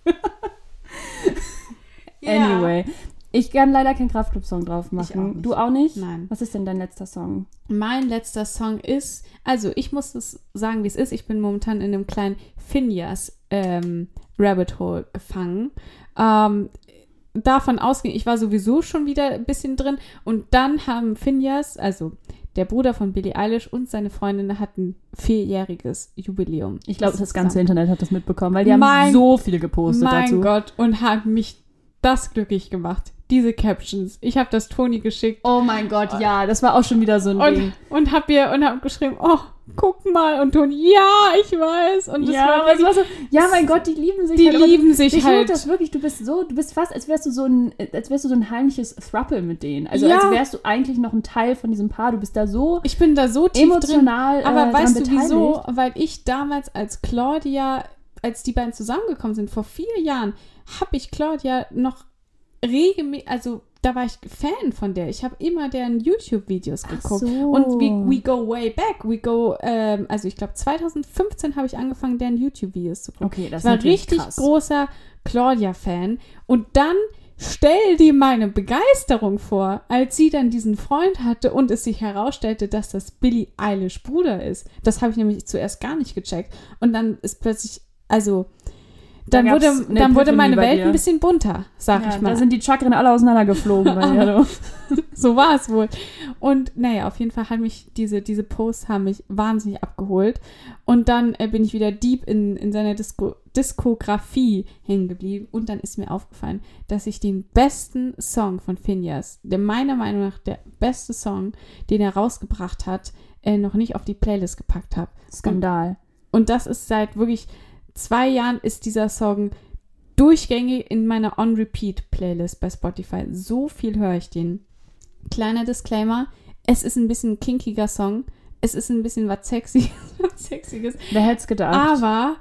Ja. Anyway. Ich kann leider keinen Kraftclub-Song drauf machen. Ich auch nicht. Du auch nicht? Nein. Was ist denn dein letzter Song? Mein letzter Song ist, also ich muss es sagen, wie es ist. Ich bin momentan in einem kleinen Phineas ähm, Rabbit Hole gefangen. Ähm, davon ausgehend, ich war sowieso schon wieder ein bisschen drin. Und dann haben Phineas, also der Bruder von Billie Eilish und seine Freundin hatten vierjähriges Jubiläum. Ich glaube, das, ist ganze zusammen. Internet hat das mitbekommen, weil die Mein- haben so viel gepostet Mein dazu. Gott, und hat mich das glücklich gemacht. Diese Captions. Ich habe das Toni geschickt. Oh mein Gott, ja, das war auch schon wieder so ein Ding. Und, und hab ihr und hab geschrieben, oh, guck mal. Und Toni, ja, ich weiß. Und das Ja, war aber es wirklich, war so, ja, mein Gott, die lieben sich die halt. aber lieben sich ich halt. das wirklich, du bist so, du bist fast, als wärst du so ein, als wärst du so ein heimliches Throuple mit denen. Also Ja. als wärst du eigentlich noch ein Teil von diesem Paar. Du bist da so Ich bin da so tief drin. emotional. Aber äh, weißt dran du wieso? beteiligt. Weil ich damals als Claudia, als die beiden zusammengekommen sind, vor vier Jahren, habe ich Claudia noch regelmäßig, also da war ich Fan von der. Ich habe immer deren YouTube-Videos Ach geguckt. so. Und we, we go way back. We go, ähm, also ich glaube zwanzig fünfzehn habe ich angefangen, deren YouTube-Videos zu gucken. Okay, das Ich war ist natürlich richtig krass. großer Claudia-Fan. Und dann stell dir meine Begeisterung vor, als sie dann diesen Freund hatte und es sich herausstellte, dass das Billie Eilish Bruder ist. Das habe ich nämlich zuerst gar nicht gecheckt. Und dann ist plötzlich, also dann Da gab's wurde, eine dann wurde Epiphanie meine bei Welt dir. ein bisschen bunter, sag Ja, ich mal. da sind die Chakren alle auseinandergeflogen bei dir. du. So war es wohl. Und naja, auf jeden Fall haben mich diese, diese Posts haben mich wahnsinnig abgeholt. Und dann äh, bin ich wieder deep in, in seiner Disko, Diskografie hängen geblieben. Und dann ist mir aufgefallen, dass ich den besten Song von Phineas, der meiner Meinung nach der beste Song, den er rausgebracht hat, äh, noch nicht auf die Playlist gepackt habe. Skandal. Und das ist seit wirklich zwei Jahren ist dieser Song durchgängig in meiner On-Repeat-Playlist bei Spotify. So viel höre ich den. Kleiner Disclaimer, es ist ein bisschen ein kinkiger Song. Es ist ein bisschen was sexy, was Sexiges. Wer hätte es gedacht? Aber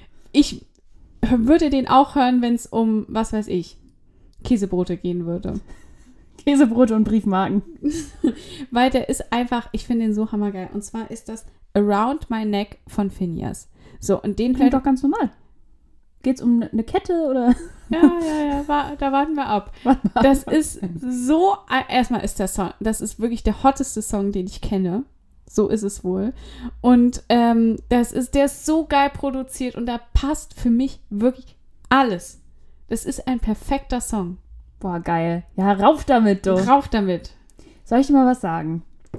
ich würde den auch hören, wenn es um, was weiß ich, Käsebrote gehen würde. Käsebrote und Briefmarken. Weil der ist einfach, ich finde den so hammergeil. Und zwar ist das Around My Neck von Phineas. So, und den Klingt hört doch ganz normal. Geht's um eine Kette oder? Ja, ja, ja, wa- da warten wir ab. Das ist so, erstmal ist der Song, das ist wirklich der hotteste Song, den ich kenne. So ist es wohl. Und ähm, das ist, der ist so geil produziert und da passt für mich wirklich alles. Das ist ein perfekter Song. Boah, geil. Ja, rauf damit, du. Rauf damit. Soll ich dir mal was sagen?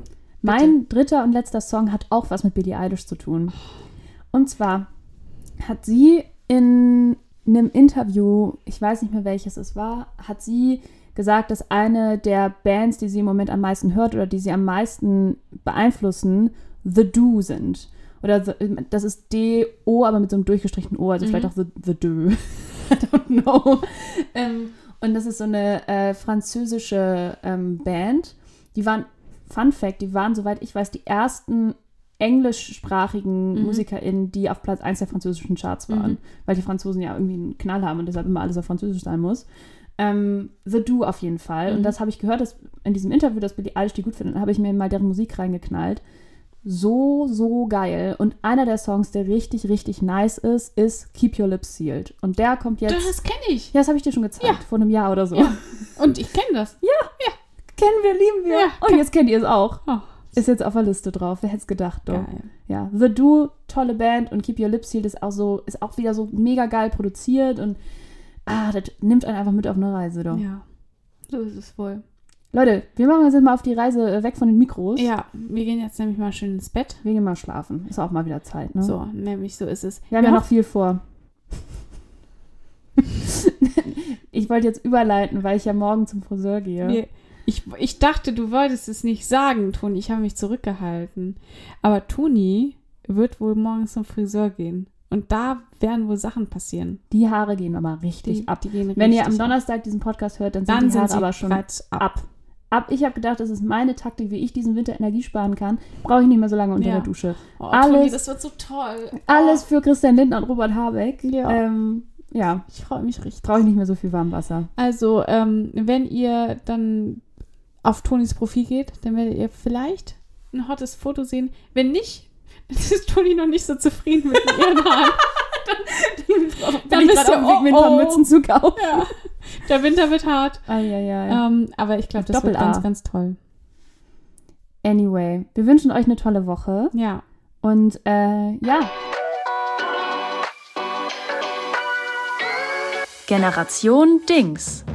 Mein dritter und letzter Song hat auch was mit Billie Eilish zu tun. Und zwar hat sie in einem Interview, ich weiß nicht mehr welches es war, hat sie gesagt, dass eine der Bands, die sie im Moment am meisten hört oder die sie am meisten beeinflussen, The Do sind. Oder the, das ist D O, aber mit so einem durchgestrichenen O, also mhm. vielleicht auch The, the Do. I don't know. ähm, und das ist so eine äh, französische ähm, Band. Die waren, Fun Fact, die waren, soweit ich weiß, die ersten englischsprachigen mhm. MusikerInnen, die auf Platz eins der französischen Charts waren. Mhm. Weil die Franzosen ja irgendwie einen Knall haben und deshalb immer alles auf Französisch sein muss. Ähm, The Do auf jeden Fall. Mhm. Und das habe ich gehört, dass in diesem Interview, dass Billie Eilish die gut findet. Dann habe ich mir mal deren Musik reingeknallt. So, so geil. Und einer der Songs, der richtig, richtig nice ist, ist Keep Your Lips Sealed. Und der kommt jetzt... Das kenne ich. Ja, das habe ich dir schon gezeigt, ja. vor einem Jahr oder so. Ja. Und ich kenne das. Ja. ja, kennen wir, lieben wir. Ja, und jetzt kennt ihr es auch. Oh. Ist jetzt auf der Liste drauf. Wer hätte es gedacht, doch. Geil. Ja, The Do, tolle Band und Keep Your Lips Sealed ist auch so, ist auch wieder so mega geil produziert und ah, das nimmt einen einfach mit auf eine Reise, doch. Ja, so ist es wohl. Leute, wir machen uns jetzt mal auf die Reise äh, weg von den Mikros. Ja, wir gehen jetzt nämlich mal schön ins Bett. Wir gehen mal schlafen. Ist auch mal wieder Zeit, ne? So, nämlich so ist es. Wir haben ja, ja noch viel vor. Ich wollte jetzt überleiten, weil ich ja morgen zum Friseur gehe. Nee, ich, ich dachte, du wolltest es nicht sagen, Toni. Ich habe mich zurückgehalten. Aber Toni wird wohl morgens zum Friseur gehen. Und da werden wohl Sachen passieren. Die Haare gehen aber richtig die, ab. Die gehen Wenn richtig ihr am ab. Donnerstag diesen Podcast hört, dann sind Dann die Haare sind sie aber schon ab. ab. ab. Ich habe gedacht, das ist meine Taktik, wie ich diesen Winter Energie sparen kann. Brauche ich nicht mehr so lange unter ja. der Dusche. Oh, alles, Toni, das wird so toll. Alles für Christian Lindner und Robert Habeck. Ja. Ähm, ja. Ich freue mich richtig. Brauche ich nicht mehr so viel Warmwasser. Also, ähm, wenn ihr dann auf Tonis Profil geht, dann werdet ihr vielleicht ein hottes Foto sehen. Wenn nicht, dann ist Toni noch nicht so zufrieden mit ihren Haaren. dann dann dann bist du du, auf dem Weg, mir ein oh, paar oh. Mützen zu kaufen. Ja. Der Winter wird hart. Ah, ja, ja, ja. Ähm, aber ich glaube, das Doppel wird ganz, A. ganz toll. Anyway, wir wünschen euch eine tolle Woche. Ja. Und äh, ja. Generation Dings.